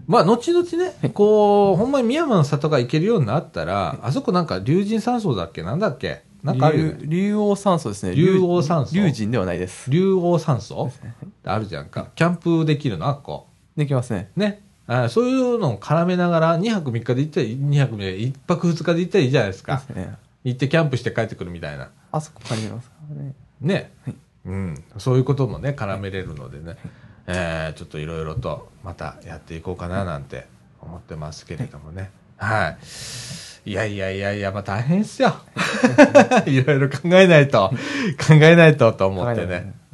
まあ、後々ね、こう、ほんまに宮山の里が行けるようになったら、あそこなんか龍神山荘だっけなんだっけなんかあるよね。 竜王山荘ですね。 竜王山荘。 龍神ではないです。 竜王山荘あるじゃんか。キャンプできるのあっこ。 できますね。 ね。そういうのを絡めながら、2泊3日で行ったり、2泊で1泊2日で行ったらいいじゃないですか。ですね。行ってキャンプして帰ってくるみたいな。 あそこ借りれますからね。 ね。はい、うん。そういうこともね、絡めれるのでね。ちょっといろいろとまたやっていこうかななんて思ってますけれどもね。はい。いや、まあ大変っすよ。いろいろ考えないとと思ってね。うん。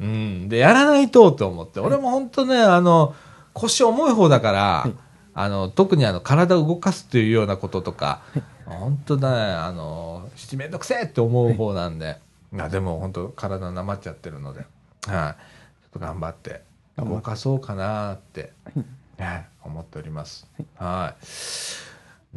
で、やらないと思って。俺も本当ね、腰重い方だから、特に体を動かすというようなこととか、本当だね、めんどくせえって思う方なんで。いや、でも本当体なまっちゃってるので、はい。ちょっと頑張って。動かそうかなって、ね、思っております。はい。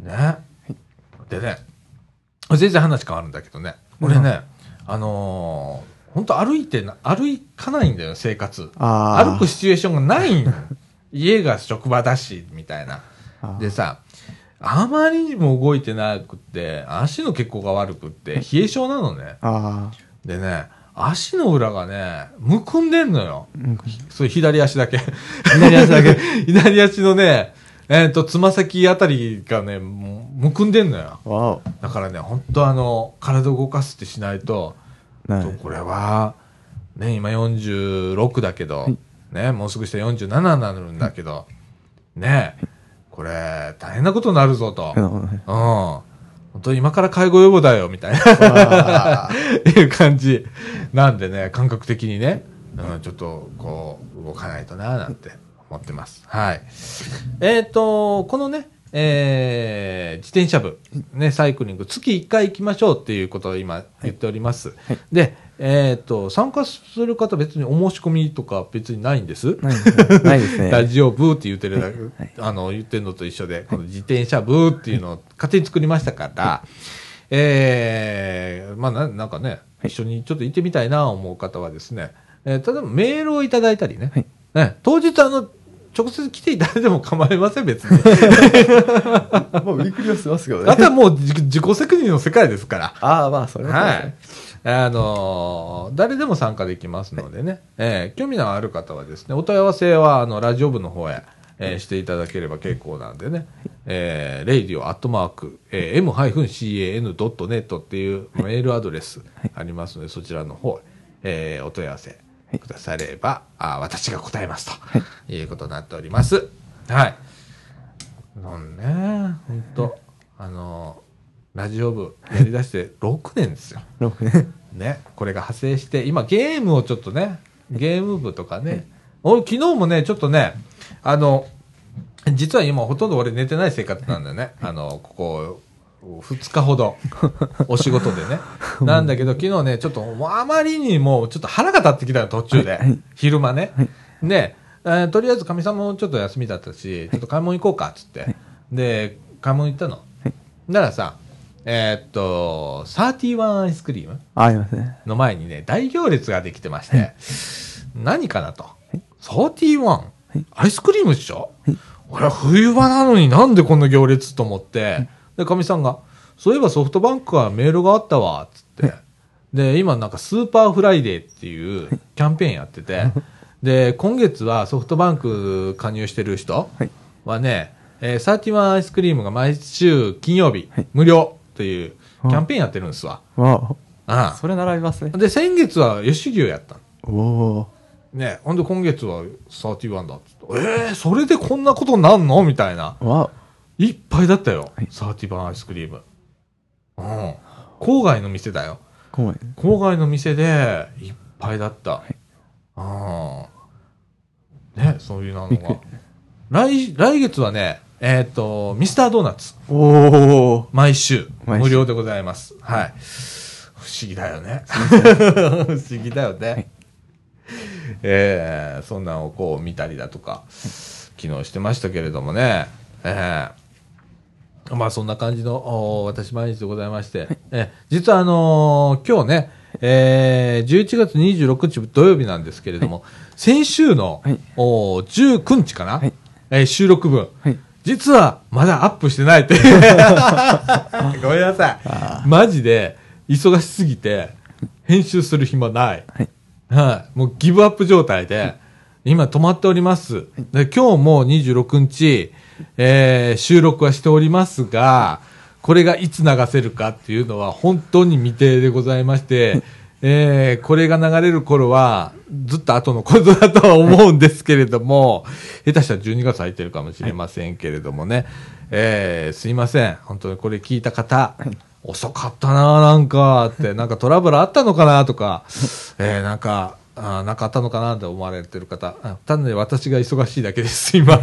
ね。でね、全然話変わるんだけどね、俺ね、本当歩かないんだよ、生活。歩くシチュエーションがないん家が職場だし、みたいな。でさ、あまりにも動いてなくって、足の血行が悪くって、冷え性なのね。でね、足の裏がね、むくんでんのよ。そういう左足だけ。左足のね、つま先あたりがね、むくんでんのよ。だからね、本当体を動かすってしないと、これは、ね、今46だけど、ね、もうすぐして47になるんだけど、ね、これ、大変なことになるぞと。本当に今から介護予防だよ、みたいないう感じなんでね、感覚的にね、ちょっとこう、動かないとな、なんて思ってます。はい。このね、自転車部、ね、サイクリング、月1回行きましょうっていうことを今言っております。はい、で、参加する方別にお申し込みとか別にないんです。 ないですね。 ラジオ部って言ってるだけ、言ってるのと一緒で、この自転車部っていうのを勝手に作りましたから、まあなんかね、一緒にちょっと行ってみたいなと思う方はですね、例えばメールをいただいたりね、当日直接来ていただいても構いません、別に。 もうびっくりはしますけどね。 あとはもう自己責任の世界ですから。 まあ、それは、ね。 はい。誰でも参加できますのでね。興味のある方はですね、お問い合わせは、ラジオ部の方へ、していただければ結構なんでね。radio@m-can.net っていうメールアドレスありますので、そちらの方へ、お問い合わせくだされば、私が答えますと、いうことになっております。はい。なんね、本当ラジオ部やりだして6年ですよ。 6年。 ね、これが派生して、今ゲームをちょっとね、ゲーム部とかね、昨日もね、ちょっとね、実は今ほとんど俺寝てない生活なんだよね。ここ、2日ほど、お仕事でね。なんだけど、昨日ね、ちょっと、あまりにも、ちょっと腹が立ってきたの、途中で。昼間ね。で、とりあえず、かみさんもちょっと休みだったし、ちょっと買い物行こうか、つって。で、買い物行ったの。だからさ、31アイスクリームありますね。 の前にね、大行列ができてまして、何かなと。31? アイスクリームでしょ俺は冬場なのになんでこんな行列と思って、で、かみさんが、そういえばソフトバンクからメールがあったわ、つって。で、今なんかスーパーフライデーっていうキャンペーンやってて、で、今月はソフトバンク加入してる人はね、31アイスクリームが毎週金曜日、無料というキャンペーンやってるんですわ。 それ並びますね。 で、先月は吉牛やったの。 ね、ほんで今月は31だっつって。それでこんなことなんのみたいな。いっぱいだったよ。31アイスクリーム。郊外の店だよ。郊外の店でいっぱいだった。ね、そういうのが。来月はね、ミスタードーナツ。毎週、無料でございます。はい。不思議だよね。不思議だよね。そんなのをこう見たりだとか、昨日してましたけれどもね。まあそんな感じの私毎日でございまして、実は今日ね、11月26日土曜日なんですけれども、先週の、19日かな、収録分、 実はまだアップしてないって。ごめんなさい。マジで忙しすぎて編集する暇ない。はい。はい。もうギブアップ状態で、今止まっております。で今日も26日、収録はしておりますが、これがいつ流せるかっていうのは本当に未定でございまして、これが流れる頃はずっと後のことだとは思うんですけれども、下手したら12月入ってるかもしれませんけれどもね、すいません。本当にこれ聞いた方、遅かったななんかって、なんかトラブルあったのかなとか、なんかあったのかなって思われてる方、単に私が忙しいだけです、今。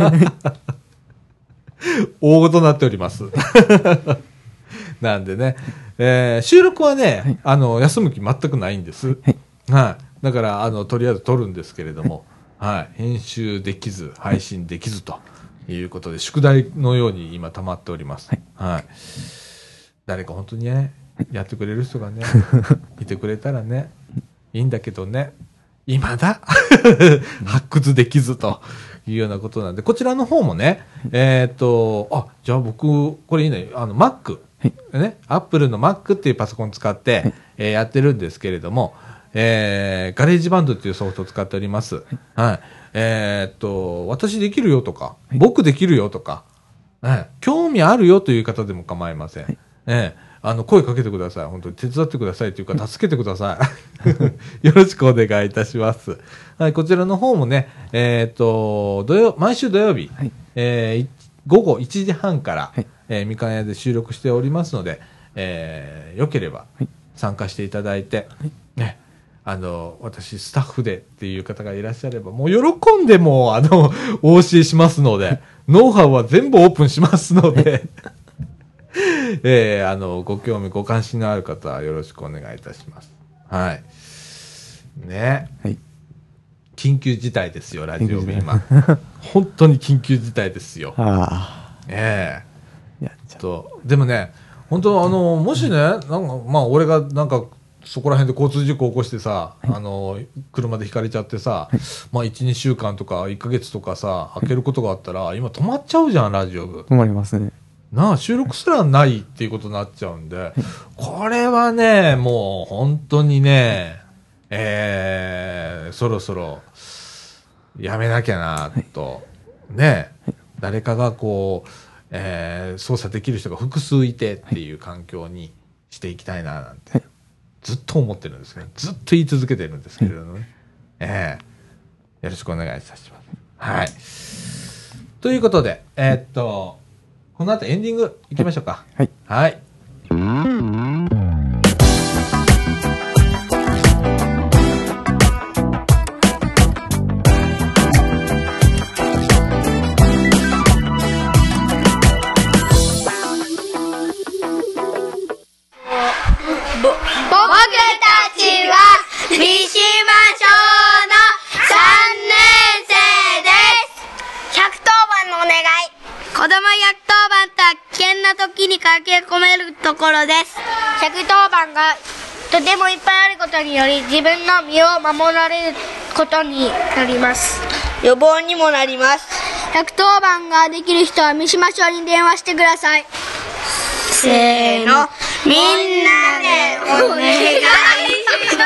大事になっております。なんでね、収録はね、休む気全くないんです。はい。だから、とりあえず撮るんですけれども、はい。編集できず、配信できずということで、宿題のように今溜まっております。はい。誰か本当にね、やってくれる人がね、いてくれたらね、いいんだけどね、未だ発掘できずというようなことなんで、こちらの方もね、じゃあ僕、これいいね、Mac、ね、Apple の Mac っていうパソコン使って、やってるんですけれども、ガレージバンドっていうソフトを使っております。はい。私できるよとか、僕できるよとか、興味あるよという方でも構いません。声かけてください。本当に手伝ってくださいというか、助けてください。よろしくお願いいたします。はい、こちらの方もね、毎週土曜日、午後1時半から、みかん屋で収録しておりますので、よければ参加していただいて、ね、私スタッフでっていう方がいらっしゃれば、もう喜んでもお教えしますので、ノウハウは全部オープンしますので、ご興味ご関心のある方はよろしくお願いいたします。はい。ね。はい。緊急事態ですよ、ラジオ部今。本当に緊急事態ですよ。でもね、本当もしね、なんか、まあ、俺がなんか、そこら辺で交通事故を起こしてさ、車でひかれちゃってさ、まあ、1、2週間とか1ヶ月とかさ、開けることがあったら、今止まっちゃうじゃん、ラジオ部。 止まりますね。 収録すらないっていうことになっちゃうんで、これはね、もう本当にね、そろそろやめなきゃなと、ね、誰かがこう、操作できる人が複数いてっていう環境にしていきたいななんて、ずっと思ってるんですけど、ずっと言い続けてるんですけれどもね、よろしくお願いいたします。はい。ということで、この後エンディングいきましょうか。はい。はい。 僕たちは三島小の3年生です。110番のお願い。子供110番とは危険な時に駆け込めるところです。110番がとてもいっぱいあることにより、自分の身を守られることになります。予防にもなります。110番ができる人は三島小に電話してください。せーの、みんなでお願いします。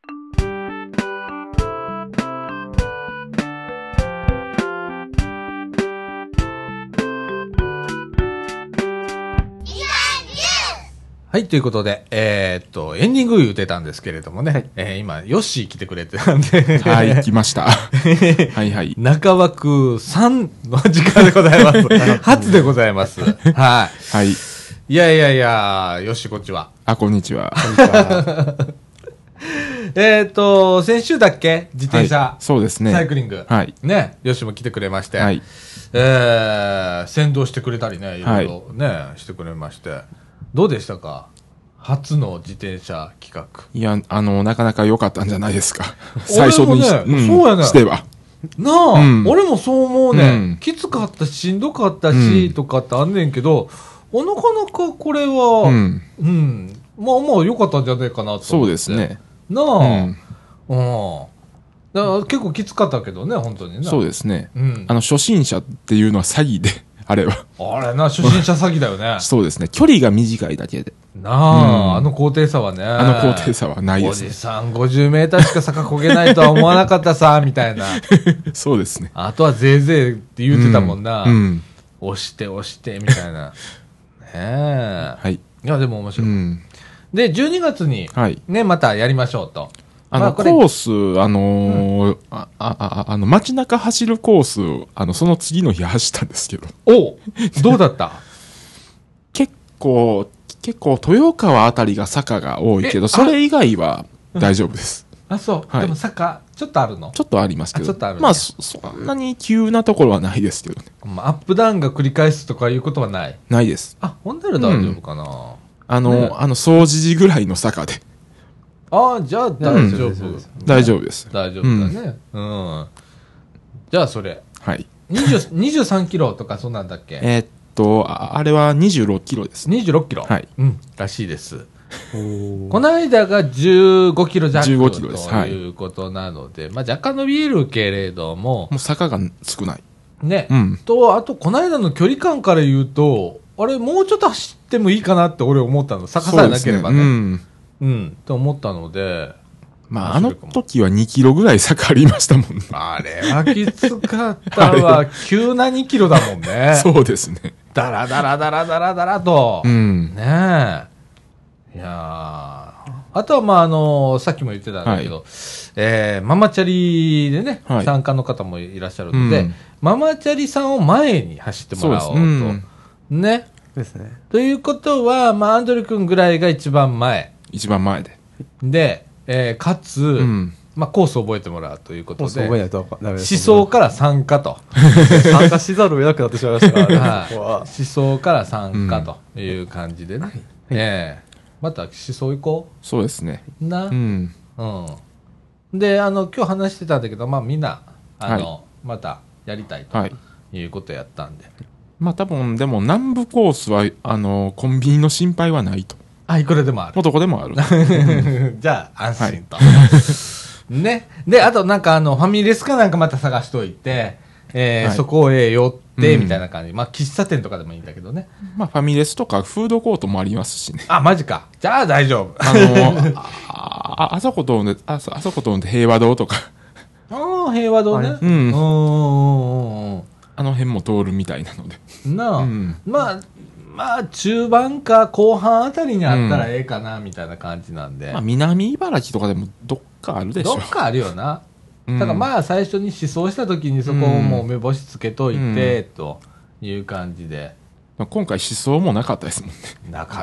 はい、ということで、エンディング言ってたんですけれどもね、今、ヨッシー来てくれてたんで。 はい、来ました。はいはい。 中枠3の時間でございます。初でございます。はい。はい。いや、ヨッシーこっちは。 こんにちは。 先週だっけ自転車、 そうですね。 サイクリング。 はい。 ね、ヨッシーも来てくれまして。 はい。 先導してくれたりね、いろいろね、してくれまして。どうでしたか？初の自転車企画。 いや、なかなか良かったんじゃないですか。最初にそうやね。 しては。 なあ、俺もそう思うね。きつかったし、しんどかったし、とかってあんねんけど、なかなかこれは、まあまあ良かったんじゃないかなと思って。 そうですね。 なあ、 だから結構きつかったけどね、本当にね。 そうですね。 うん。 初心者っていうのは詐欺で、あれは。 あれな、初心者詐欺だよね。 そうですね。距離が短いだけで。 なあ、あの高低差はね。 高低差はないですね。 おじさん50メーターしか坂こげないとは思わなかったさ、みたいな。 そうですね。 あとはぜいぜいって言ってたもんな。 うん。 押して、みたいな。ねえ。 はい。 いや、でも面白い。で、12月に、ね、またやりましょうと。 コース、街中走るコース、その次の日走ったんですけど。 どうだった結構、豊川あたりが坂が多いけど、それ以外は大丈夫です。 そう。でも坂、ちょっとあるの？ ちょっとありますけど。 ちょっとある。 まあ、そんなに急なところはないですけどね。 アップダウンが繰り返すとかいうことはない？ ないです。 ほんなら大丈夫かな。 掃除時ぐらいの坂で。 じゃあ大丈夫。 大丈夫です。 大丈夫だね。じゃあそれ。 はい。 23キロとかそんなんだっけ？ あれは26キロです。 26キロ？ はい。 らしいです。この間が15キロ弱 15キロです。 ということなので、まあ若干伸びるけれども。 もう坂が少ない。 ね。あとこの間の距離感から言うと、あれもうちょっと走ってもいいかなって俺思ったの。坂さえなければね。と思ったので。 まあ、あの時は2キロぐらい坂ありましたもんね。 あれはきつかったわ。急な2キロだもんね。 そうですね。 だらと。ねえ。いやあとは、まあ、さっきも言ってたんだけど、ママチャリでね、参加の方もいらっしゃるので、ママチャリさんを前に走ってもらおうと。ね。 ですね。 ということは、まあ、アンドリ君ぐらいが一番前。 一番前で。 で、かつ、まあ、コースを覚えてもらうということで、 覚えないとダメです。 思想から参加と。 参加しざるを得なくなってしまいましたから、 思想から参加という感じでね。また思想行こう。そうですね。 で、今日話してたんだけど、まあみんな、またやりたいということやったんで。 まあ多分、でも南部コースは、コンビニの心配はないと。 いくらでもある。 もうどこでもある。 じゃあ、安心と。ね。で、あとなんかファミレスかなんかまた探しといて、そこへ寄って、みたいな感じ。まあ、喫茶店とかでもいいんだけどね。 まあ、ファミレスとかフードコートもありますしね。 マジか。じゃあ大丈夫。 あそことんで平和堂とか。 平和堂ね。 あの辺も通るみたいなので。 まあ、中盤か後半あたりにあったらええかな、みたいな感じなんで。 まあ、南茨城とかでもどっかあるでしょ。 どっかあるよな。だからまあ、最初に思想した時にそこをもう目星つけといて、という感じで。 今回思想もなかったですもんね。 なかった。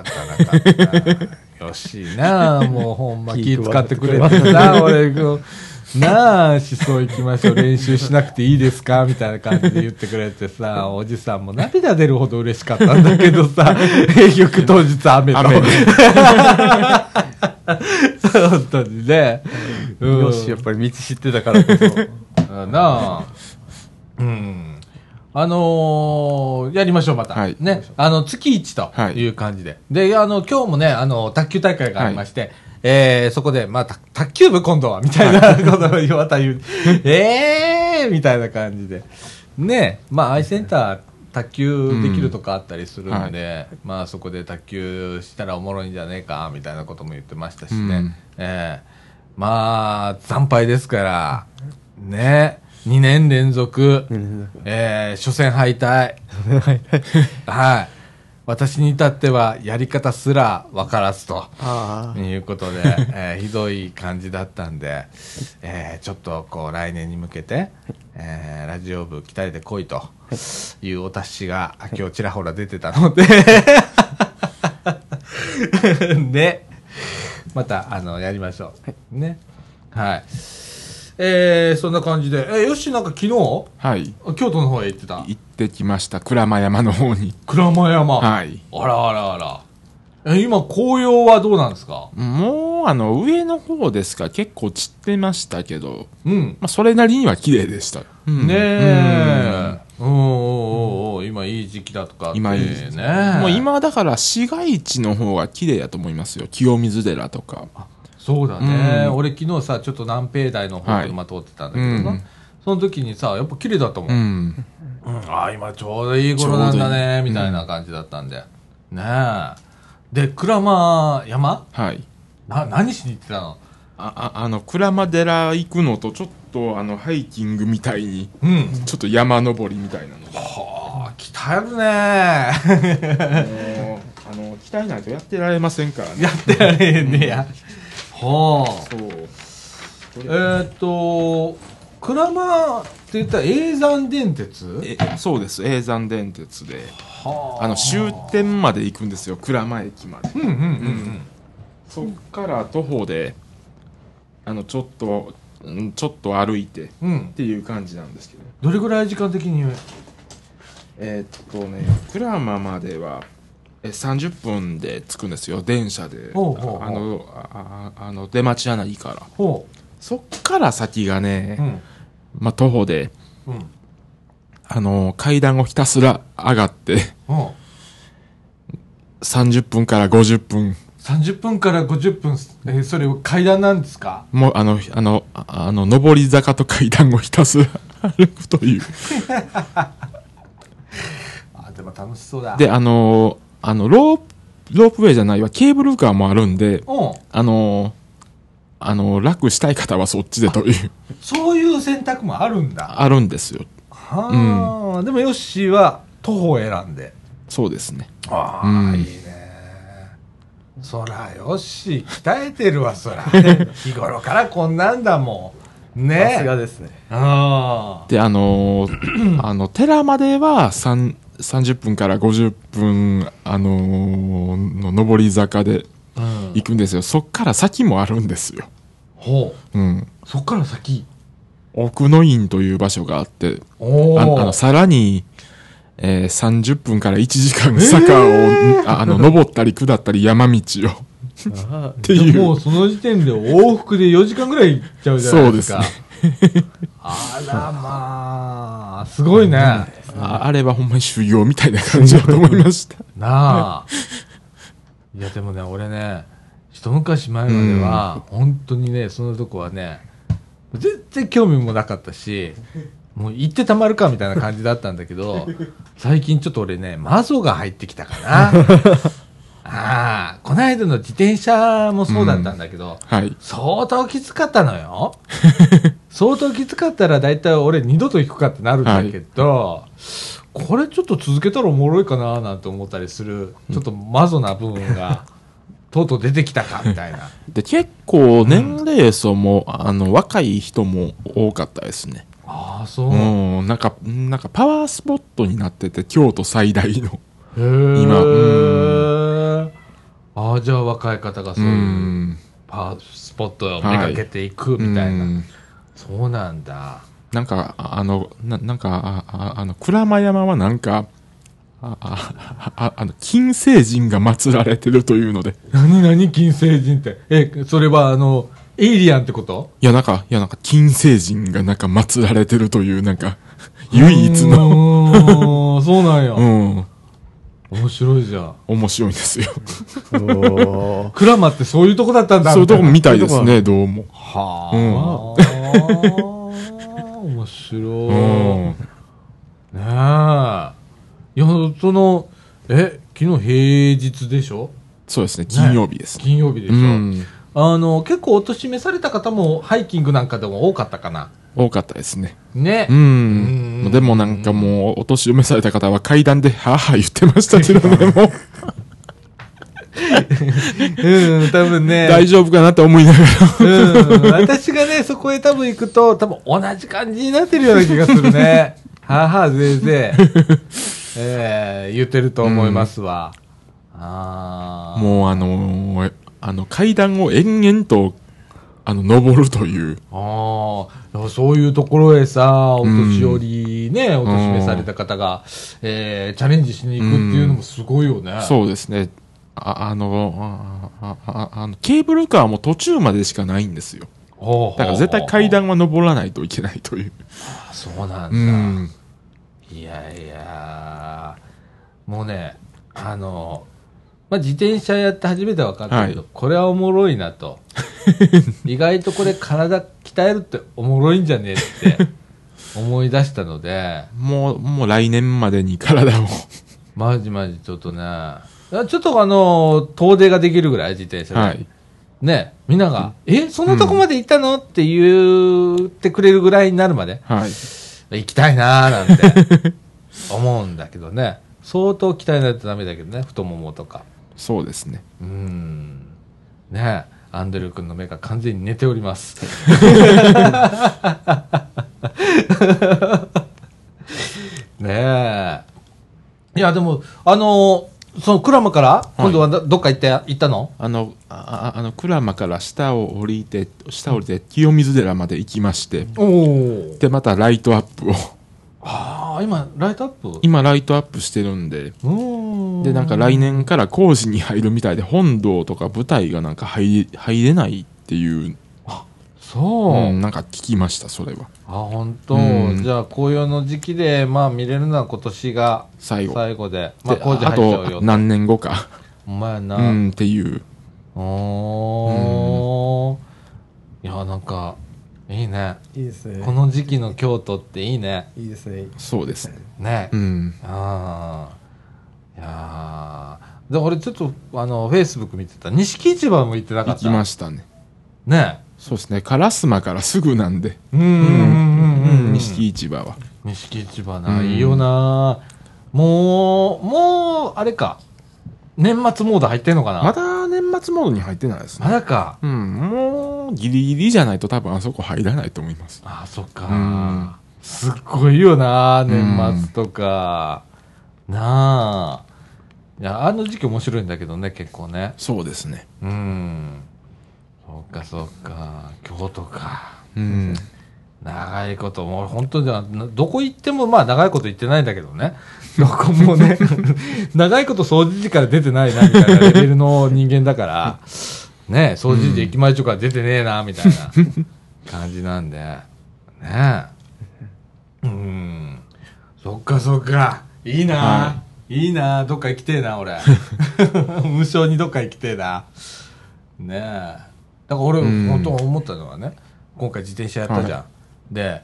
よしな、もうほんま気使ってくれてな、俺、なあ、思想行きましょう、練習しなくていいですかみたいな感じで言ってくれてさ、おじさんも涙出るほど嬉しかったんだけどさ、結局当日雨と。本当にね。 よし、やっぱり道知ってたからこそ。 なあ。やりましょう、また。ね。月1という感じで。で、今日もね、卓球大会がありまして、そこで、まあ、卓球部今度は、みたいなことをまた言う。みたいな感じで。ね、まあ、アイセンター、卓球できるとかあったりするんで、まあ、そこで卓球したらおもろいんじゃねえか、みたいなことも言ってましたしね。まあ、惨敗ですから、ね、2年連続、初戦敗退。はい。私に至ってはやり方すら分からずということで、ひどい感じだったんで、ちょっとこう来年に向けて、ラジオ部鍛えてこいというお達しが今日ちらほら出てたのでね、またやりましょう。ね。はい。そんな感じで。よし、なんか昨日京都の方へ行ってた。 行ってきました。鞍馬山の方に。 鞍馬山。 はい。 あら。今、紅葉はどうなんですか？ もう、上の方ですか、結構散ってましたけど、まあ、それなりには綺麗でした。 ねえ。今いい時期だとかって。 今いい時期。もう今だから市街地の方が綺麗だと思いますよ。清水寺とか。 そうだね。俺昨日さ、ちょっと南平台の方車通ってたんだけどな。その時にさ、やっぱ綺麗だったもん。ああ、今ちょうどいい頃なんだね、みたいな感じだったんで。ねえ。で、鞍馬山？ はい。 何しに行ってたの？ 鞍馬寺行くのと、ちょっとハイキングみたいに、ちょっと山登りみたいなの。 はあ、鍛えるね鍛えないとやってられませんからね。 やってられへんねや。はあ。そう。鞍馬って言ったら叡山電鉄？ そうです、叡山電鉄で。終点まで行くんですよ、鞍馬駅まで。そっから徒歩で、ちょっと歩いてっていう感じなんですけど。 どれぐらい時間的に？ 鞍馬までは30分で着くんですよ、電車で。出町柳から。そっから先がね、徒歩で、階段をひたすら上がって、30分から50分。 30分から50分、それ階段なんですか？ もう、上り坂と階段をひたすら歩くという。 でも楽しそうだ。 で、ロープウェイじゃないわ、ケーブルカーもあるんで、楽したい方はそっちでという。 そういう選択もあるんだ。 あるんですよ。 はあ、でもヨッシーは徒歩を選んで。 そうですね。 ああ、いいね。そら、ヨッシー鍛えてるわ、そら。日頃からこんなんだもん。ね。 さすがですね。 で、寺までは30分から50分、の上り坂で行くんですよ。そっから先もあるんですよ。 そっから先？ 奥の院という場所があって、さらに、30分から1時間坂を、登ったり下ったり山道をっていう。 もうその時点で往復で4時間ぐらい行っちゃうじゃないですか。そうですね。あらまあ、すごいね。 あれはほんまに修行みたいな感じだと思いました。 なあ。いやでもね、俺ね、一昔前までは、本当にね、そのとこはね、全然興味もなかったし、もう行ってたまるかみたいな感じだったんだけど、最近ちょっと俺ね、マゾが入ってきたかな。この間の自転車もそうだったんだけど、相当きつかったのよ。相当きつかったら大体俺二度と行くかってなるんだけど、これちょっと続けたらおもろいかななんて思ったりする、ちょっとマゾな部分が、とうとう出てきたかみたいな。 で、結構年齢層も、若い人も多かったですね。 ああ、そう。 なんかパワースポットになってて、京都最大の。 今。じゃあ若い方がそういうパワースポットをめがけていくみたいな。そうなんだ。 なんか、鞍馬山はなんか、金星人が祀られてるというので。 何金星人って。それはエイリアンってこと？ いや、なんか、金星人がなんか祀られてるという、なんか、唯一の。 そうなんや。面白いじゃん。 面白いんですよ。 鞍馬ってそういうとこだったんだ。 そういうとこみたいですね、どうも。 はあ。面白い。ねえ。いや、昨日平日でしょ？ そうですね、金曜日です。 金曜日でしょ。結構お年めされた方もハイキングなんかでも多かったかな。 多かったですね。 ね。 でもなんかもう、お年めされた方は階段ではぁはぁ言ってましたけどね、もう。 多分ね。 大丈夫かなって思いながら。私がね、そこへ多分行くと、多分同じ感じになってるような気がするね。はぁはぁぜいぜい。言ってると思いますわ。 もう階段を延々と、登るという。 そういうところへさ、お年寄りね、お年めされた方が、チャレンジしに行くっていうのもすごいよね。 そうですね。ケーブルカーも途中までしかないんですよ。だから絶対階段は登らないといけないという。 そうなんだ。いやいや、もうね、自転車やって初めて分かったけど、これはおもろいなと。 意外とこれ体鍛えるっておもろいんじゃねえって思い出したので。 もう来年までに体を。 マジちょっとね。ちょっと遠出ができるぐらい自転車で。はい。ね、みんなが、そんなとこまで行ったのって言ってくれるぐらいになるまで。はい。行きたいなーなんて思うんだけどね。相当鍛えないとダメだけどね、太ももとか。 そうですね。 ねアンドリュー君の目が完全に寝ております。ねえ。いや、でも、その鞍馬から今度はどっか行ったの？ 鞍馬から下を降りて清水寺まで行きまして、で、またライトアップを。 今、ライトアップ？ 今、ライトアップしてるんで、で、なんか来年から工事に入るみたいで、本堂とか舞台がなんか入れないっていう。 そう。 なんか聞きました、それは。 本当。じゃあ、紅葉の時期で、見れるのは今年が最後で。工事入っちゃうよ。 あと何年後か。 お前な。 っていう。 いや、なんか、いいね。 いいですね。 この時期の京都っていいね。 いいですね。 そうですね。 ね。いやで、俺ちょっと、フェイスブック見てた。錦市場も行ってなかった。 行きましたね。 ね。 そうですね。烏丸からすぐなんで。錦市場は。 錦市場な。いいよな。もう、あれか。年末モード入ってんのかな？ まだ年末モードに入ってないですね。 まだか。 もう、ギリギリじゃないと多分あそこ入らないと思います。 そっか。すっごいよな、年末とか。なあ。いや、時期面白いんだけどね、結構ね。 そうですね。 そっか。京都か。長いこと、もう本当にどこ行っても長いこと行ってないんだけどね。どこもね、長いこと掃除時から出てないな、みたいなレベルの人間だから、ね、掃除時駅前とか出てねえな、みたいな感じなんで、ね。そっか。いいな、いいな、どっか行きてえな、俺。無償にどっか行きてえな。ねえ。だから俺、本当思ったのはね、今回自転車やったじゃん。で、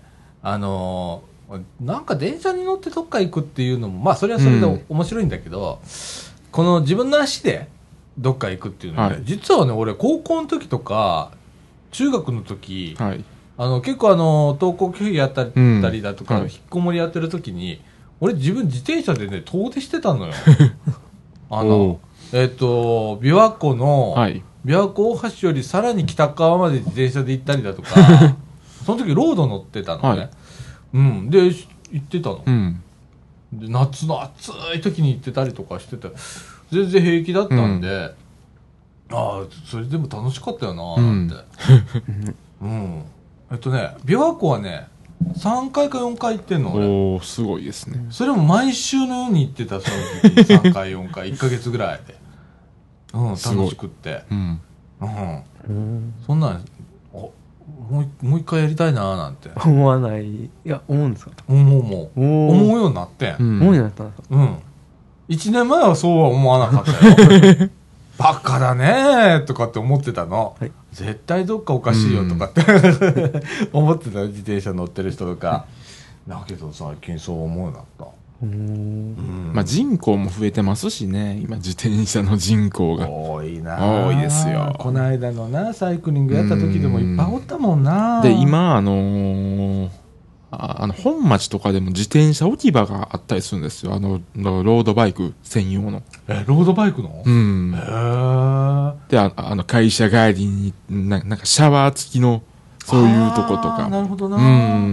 なんか電車に乗ってどっか行くっていうのも、それはそれで面白いんだけど、この自分の足でどっか行くっていうのはね、実はね、俺、高校の時とか、中学の時、結構登校拒否やったりだとか、引きこもりやってる時に、俺自転車でね、遠出してたのよ。琵琶湖の、琵琶湖大橋よりさらに北側まで自転車で行ったりだとか、その時ロード乗ってたのね。で、行ってたの。で、夏の暑い時に行ってたりとかしてて、全然平気だったんで、それでも楽しかったよな、なんて。琵琶湖はね、3回か4回行ってんの、俺。 すごいですね。 それも毎週のように行ってた、その時3回、4回、1ヶ月ぐらいで。楽しくって。そんなん、もう一回やりたいなーなんて。 思わない。いや、思うんですか？ 思うようになってん。 思うようになったんですか ？1年前はそうは思わなかったよ。バカだねーとかって思ってたの。絶対どっかおかしいよとかって思ってたよ、自転車乗ってる人とか。だけど最近そう思うようになった。 人口も増えてますしね、今自転車の人口が多いですよ。 この間のなサイクリングやった時でもいっぱいおったもんな。 で今本町とかでも自転車置き場があったりするんですよ。ロードバイク専用の。 ロードバイクの？ で会社帰りになんかシャワー付きのそういうとことか。 なるほどな。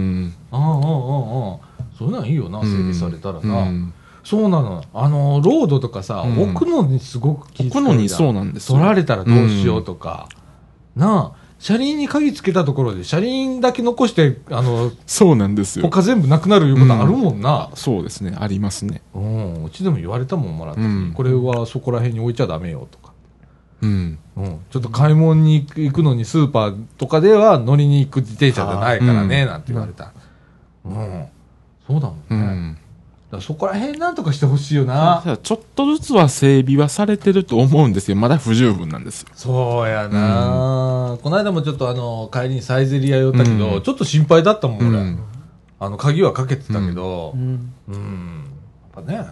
そういうのはいいよな、整備されたらな。そうなの。ロードとかさ、置くのにすごく気遣う。 置くのにそうなんですよ。 取られたらどうしようとか。なあ、車輪に鍵つけたところで、車輪だけ残して、 そうなんですよ。 他全部なくなるいうことあるもんな。 そうですね、ありますね。 うちでも言われたもん、もらった時、これはそこら辺に置いちゃダメよとか。ちょっと買い物に行くのにスーパーとかでは乗りに行く自転車じゃないからね、なんて言われた。そうだもんね。 そこら辺なんとかしてほしいよな。 ちょっとずつは整備はされてると思うんですけど、まだ不十分なんですよ。 そうやな、この間もちょっと帰りにサイゼリア寄ったけど、ちょっと心配だったもん、俺。鍵はかけてたけど、やっぱね。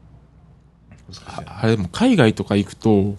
あれも海外とか行くと、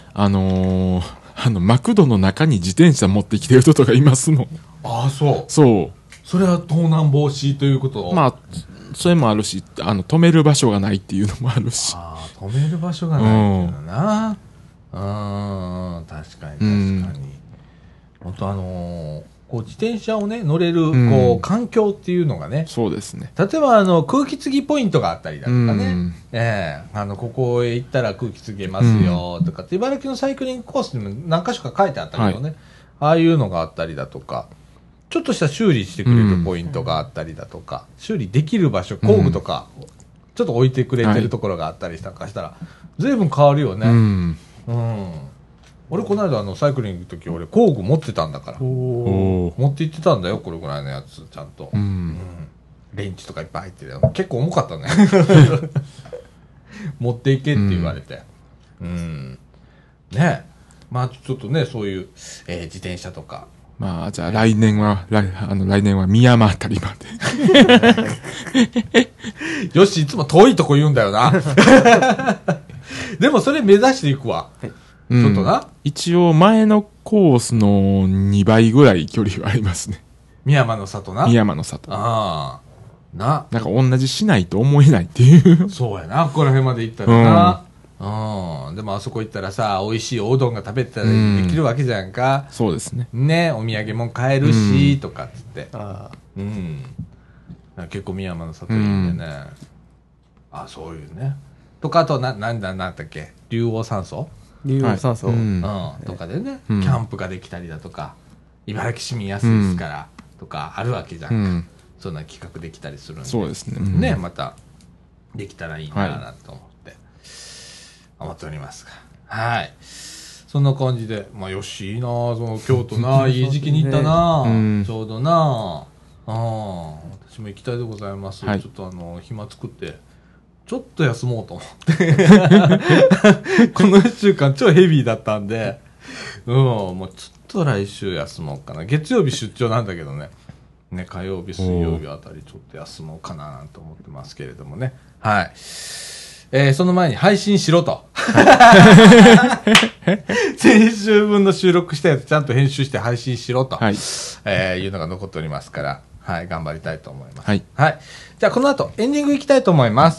マクドの中に自転車持ってきてる人とかいますもん。 ああ、そう。 そう。 それは盗難防止ということ？ まあ、それもあるし、止める場所がないっていうのもあるし。 ああ、止める場所がないっていうのな。確かに確かに。本当こう自転車をね、乗れる、こう、環境っていうのがね。 そうですね。 例えば、空気継ぎポイントがあったりだとかね。ここへ行ったら空気継げますよ、とかって、茨城のサイクリングコースにも何箇所か書いてあったけどね。ああいうのがあったりだとか、ちょっとした修理してくれるポイントがあったりだとか、修理できる場所、工具とか、ちょっと置いてくれてるところがあったりしたら、随分変わるよね。俺この間サイクリングの時俺工具持ってたんだから持って行ってたんだよ、これぐらいのやつちゃんと、レンチとかいっぱい入ってるよ。結構重かったね持っていけって言われて、ね、まあちょっとね、そういう、自転車とか、 まあじゃあ来年は深山あたりまでよし、いつも遠いとこ言うんだよなでもそれ目指していくわ、ちょっとな。 一応前のコースの2倍ぐらい距離はありますね。 深山の里な。 深山の里。 ああ。なんか同じしないと思えないっていう。 そうやな、ここら辺まで行ったらな。でもあそこ行ったらさ、美味しいおうどんが食べたりできるわけじゃんか。 そうですね。 ね、お土産も買えるし、とかっつって。結構深山の里いいんでね。そういうね。とか、あと、なんだっけ、竜王山荘竜王山荘、 とかでね、キャンプができたりだとか、茨城市民安いですから、とかあるわけじゃんか。そんな企画できたりするんで。 そうですね。 ね、また、できたらいいなと思っておりますが。はい。そんな感じで、まあ、よし、いいなその京都な、いい時期に行ったなちょうどな私も行きたいでございます。ちょっと暇作って、ちょっと休もうと思ってこの1週間超ヘビーだったんで、もうちょっと来週休もうかな。月曜日出張なんだけどね、火曜日、水曜日あたりちょっと休もうかなと思ってますけれどもね。はい。その前に配信しろと。先週分の収録したやつちゃんと編集して配信しろと、いうのが残っておりますから、はい、頑張りたいと思います。はい。じゃあこの後エンディングいきたいと思います。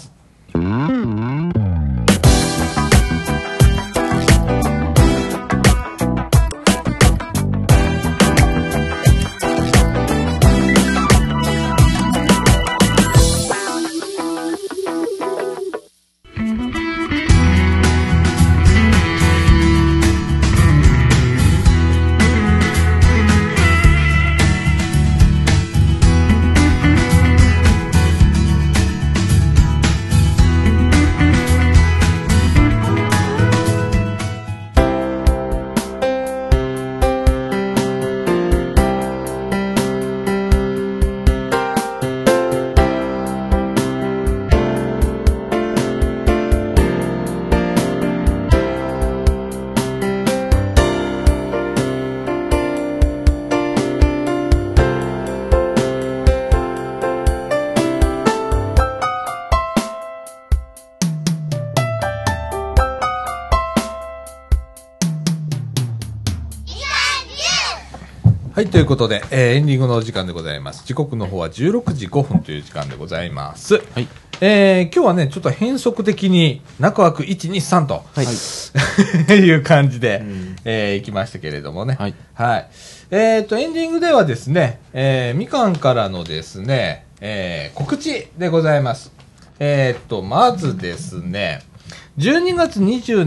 はい、ということで、エンディングのお時間でございます。時刻の方は16時5分という時間でございます。はい。今日はね、ちょっと変則的に中枠1、2、3と、はい、いう感じで、行きましたけれどもね。はい。はい。エンディングではですね、みかんからのですね、告知でございます。まずですね、12月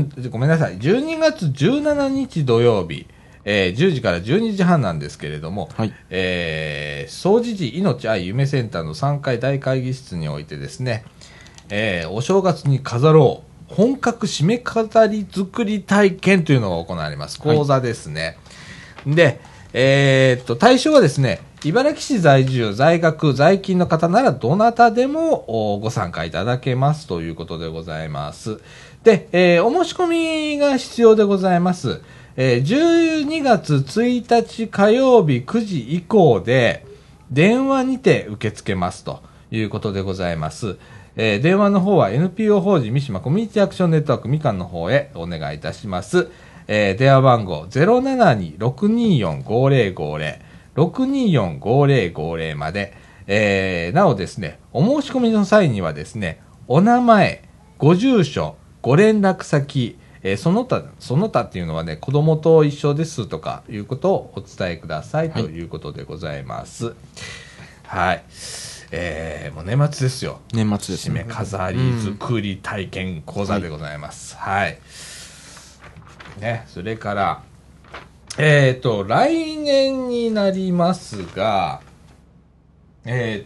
17日土曜日、10時から12時半なんですけれども、はい、総持寺命愛夢センターの3階大会議室においてですね、お正月に飾ろう本格締め飾り作り体験というのが行われます。講座ですね。はい、で、対象はですね、 茨城市在住、在学、在勤の方ならどなたでもご参加いただけますということでございます。で、お申し込みが必要でございます。12月1日火曜日9時以降で電話にて受け付けますということでございます。電話の方は NPO 法人三島コミュニティアクションネットワークみかんの方へお願いいたします。電話番号 072-624-5050 624-5050まで、なおですね、お申し込みの際にはですね、お名前、ご住所、ご連絡先、その他っていうのはね、子供と一緒ですとかいうことをお伝えくださいということでございます。はい。もう年末ですよ。 年末ですね。 締め飾り作り体験講座でございます。はい。ね、それから、来年になりますが、1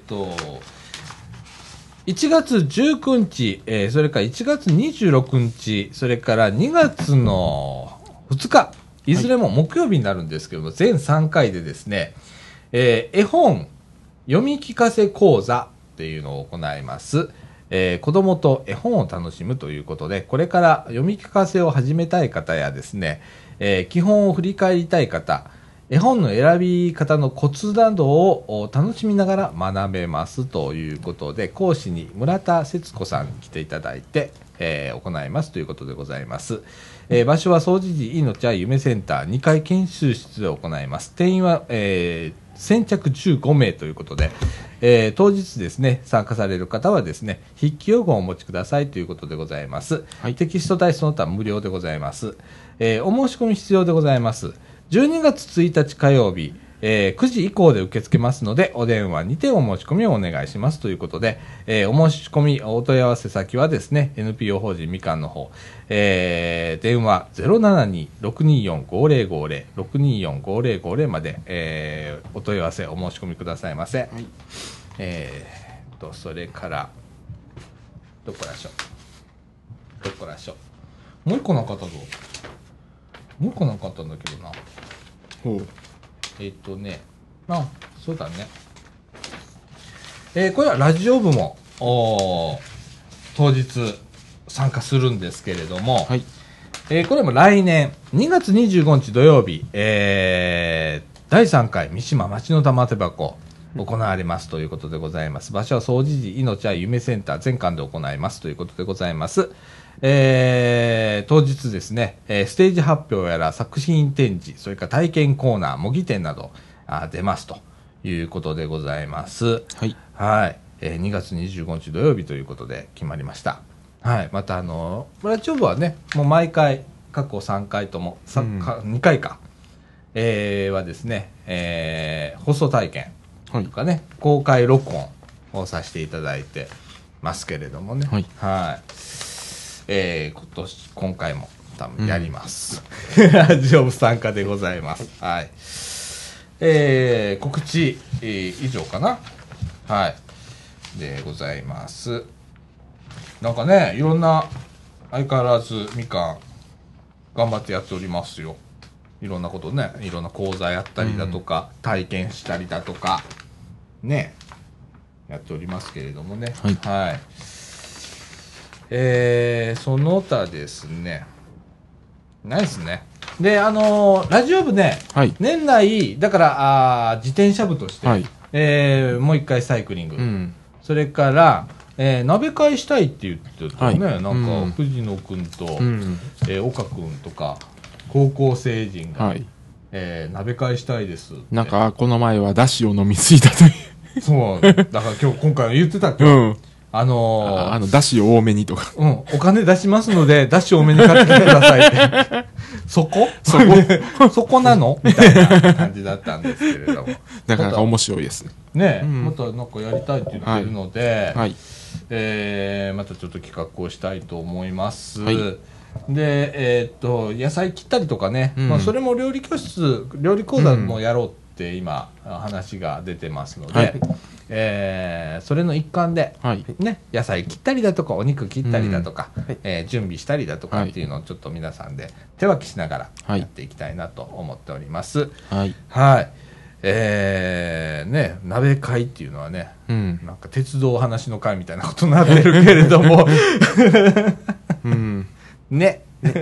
月19日、それから1月26日、それから2月の2日、いずれも木曜日になるんですけども、全3回でですね、絵本読み聞かせ講座っていうのを行います。子供と絵本を楽しむということで、これから読み聞かせを始めたい方やですね、基本を振り返りたい方、絵本の選び方のコツなどを楽しみながら学べますということで、講師に村田節子さんに来ていただいて、行いますということでございます。場所は総持寺いのちゃ夢センター2階研修室で行います。定員は、先着15名ということで、当日ですね、参加される方はですね、筆記用具をお持ちくださいということでございます。はい、テキスト代その他無料でございます。お申し込み必要でございます。12月1日火曜日、9時以降で受け付けますので、お電話にてお申し込みをお願いしますということで、お申し込み、お問い合わせ先はですね、NPO 法人みかんの方、電話 072-624-5050 624-5050 まで、お問い合わせ、お申し込みくださいませ。はい、それから、どこらしょもう一個なかったぞ。もう一個なかったんだけどな。ほう。そうだね。これはラジオ部も当日参加するんですけれども、はい、これも来年2月25日土曜日、第3回三島町の玉手箱行われますということでございます。場所は総持寺いのちゃ夢センター全館で行いますということでございます。当日ですね、ステージ発表やら作品展示、それから体験コーナー、模擬店など出ますということでございます。はい。はい。2月25日土曜日ということで決まりました。はい。またラジオ部はね、もう毎回、過去3回とも、2回か、はですね、放送体験とかね、はい、公開録音をさせていただいてますけれどもね。はい。はい。今回も多分やります。ラジオ部参加でございます。はい。告知、以上かな。はい。でございます。なんかね、いろんな、相変わらずみかん、頑張ってやっておりますよ。いろんなことね、いろんな講座やったりだとか、体験したりだとか、ね、やっておりますけれどもね。はい。はい。その他ですね、ないですね。で、ラジオ部ね、はい、年内、だから自転車部として、はい、もう一回サイクリング、それから、鍋会したいって言ってたね、はい、なんか、藤野くんと、岡くんとか、高校生陣が、はい、鍋会したいですって。 なんか、この前はだしを飲みすぎたという。 そう、だから今回言ってたっけ、だしを多めにとか。 お金出しますので、だし多めに買ってきてくださいって。そこなのみたいな感じだったんですけれども。 なかなか面白いですね。またなんかやりたいって言ってるので、はい、またちょっと企画をしたいと思います。はい、で、野菜切ったりとかね、それも料理講座もやろうって今、話が出てますので、はい、それの一環で、ね、野菜切ったりだとかお肉切ったりだとか、準備したりだとかっていうのをちょっと皆さんで手分けしながらやっていきたいなと思っております。はい、はい。 ね、鍋会っていうのはね、なんか鉄道話の会みたいなことになってるけれども、ね。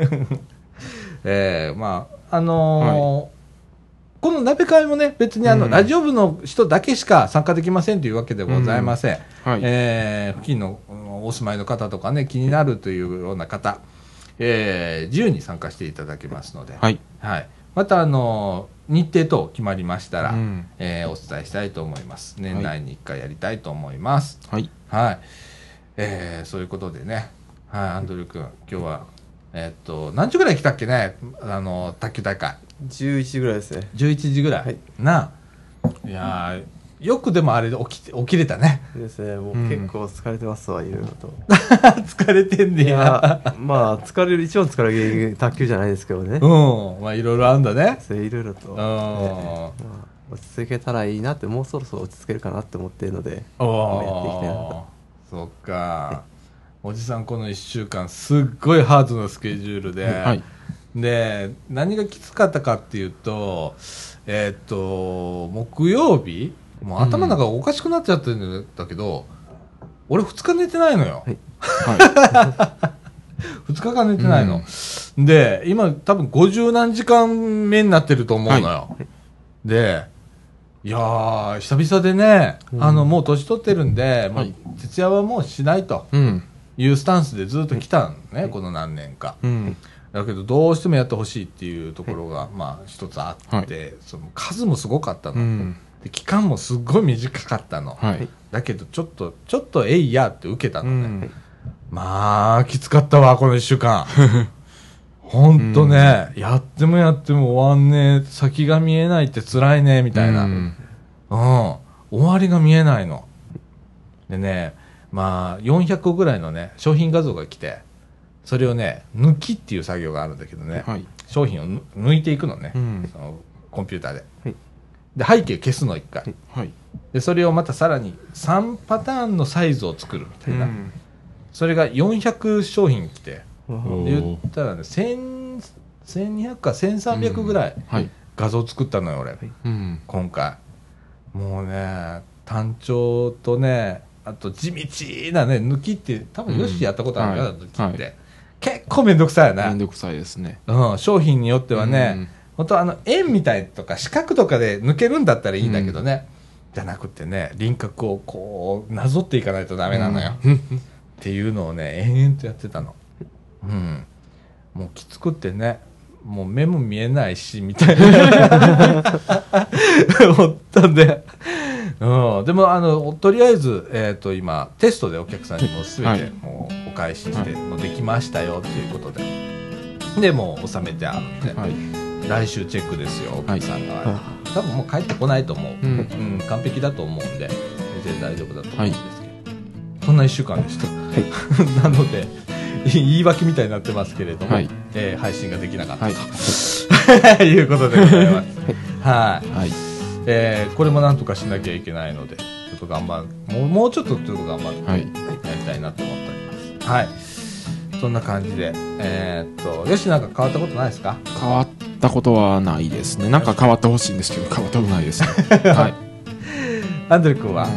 まあ、この鍋会もね、別にラジオ部の人だけしか参加できませんというわけでございません。付近のお住まいの方とかね、気になるというような方、自由に参加していただけますので、また日程等決まりましたら、お伝えしたいと思います。年内に1回やりたいと思います。そういうことでね、アンドリュー君、今日は、何時ぐらい来たっけね、卓球大会。 11時ぐらいですね。 11時ぐらい。いやよくでもあれで起きれたね。 ですね、もう結構疲れてますわ、いろいろと。 疲れてんねや。 まあ、一番疲れる卓球じゃないですけどね。 まあ、いろいろあるんだね。 いろいろと。落ち着けたらいいなって、もうそろそろ落ち着けるかなって思っているので、やっていきたいなと。 そっか。おじさんこの1週間すっごいハードなスケジュールで、で何がきつかったかっていうと木曜日もう頭の中がおかしくなっちゃってるんだけど、俺2日寝てないのよ、2日間寝てないの、で今多分50何時間目になってると思うのよ、でいやー久々でね、もう年取ってるんで、もう徹夜はもうしないと、いうスタンスでずっと来たのね、この何年か、だけどどうしてもやってほしいっていうところが、まあ一つあって、その数もすごかったの、で期間もすっごい短かったの、だけどちょっとえいやって受けたのね、まあきつかったわこの1週間ほんとね、やっても終わんねえ、先が見えないって辛いねみたいな、終わりが見えないのでね、まあ400個ぐらいのね商品画像が来て、それをね抜きっていう作業があるんだけどね、商品を抜いていくのね、そのコンピューターで、で背景消すの1回、でそれをまたさらに3パターンのサイズを作るみたいな、それが400商品来て、言ったらね1200か1300ぐらい画像作ったのよ俺、今回もうね単調とね、あと地道なね抜きって多分よしやったことあるよ、抜きって結構めんどくさいよね。 めんどくさいですね、 商品によってはね、本当円みたいとか四角とかで抜けるんだったらいいんだけどね、じゃなくてね輪郭をこうなぞっていかないとダメなのよ、っていうのをね延々とやってたの、もうきつくってね、もう目も見えないしみたいな思ったんで、でもとりあえず、今テストでお客さんにも全てもうお返しして、もうできましたよっていうことでもう収めてあるんで、来週チェックですよお客さんが、多分もう帰ってこないと思う、完璧だと思うんで全然大丈夫だと思うんですけど、そんな1週間でした、なので言い訳みたいになってますけれども、配信ができなかったと、いうことでございます。これもなんとかしなきゃいけないので、ちょっと頑張る、もうちょっと頑張ってやりたいなと思っております。そんな感じで、よし、なんか変わったことないですか？ 変わったことはないですね。なんか変わってほしいんですけど、変わったことないです。 アンドリュ君は？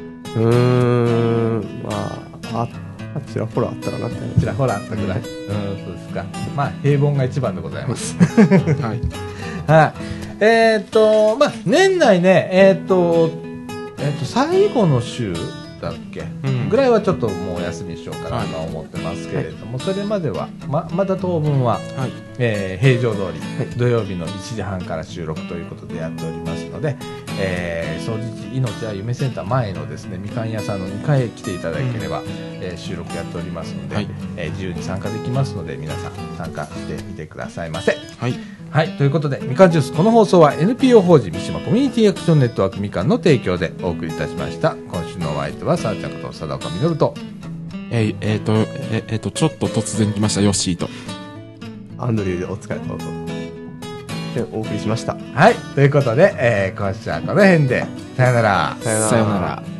まあちらほらあったかなって。 ちらほらあったぐらい。そうですか。まあ平凡が一番でございます。まあ年内ね、最後の週だっけ、ぐらいはちょっともうお休みしようかなと思ってますけれども、それまではまだ当分は、平常通り、土曜日の1時半から収録ということでやっておりますので、総持寺命は夢センター前のですねみかん屋さんの2階へ来ていただければ、収録やっておりますので、自由に参加できますので皆さん参加してみてくださいませ。ということでみかんジュース、この放送は NPO 法人三島コミュニティアクションネットワークみかんの提供でお送りいたしました。今週のお相手はさあちゃんこと佐田岡実とちょっと突然来ましたヨッシーとアンドリューでお疲れ様とでお送りしました。 ということで、今週はこの辺でさよなら。 さよなら。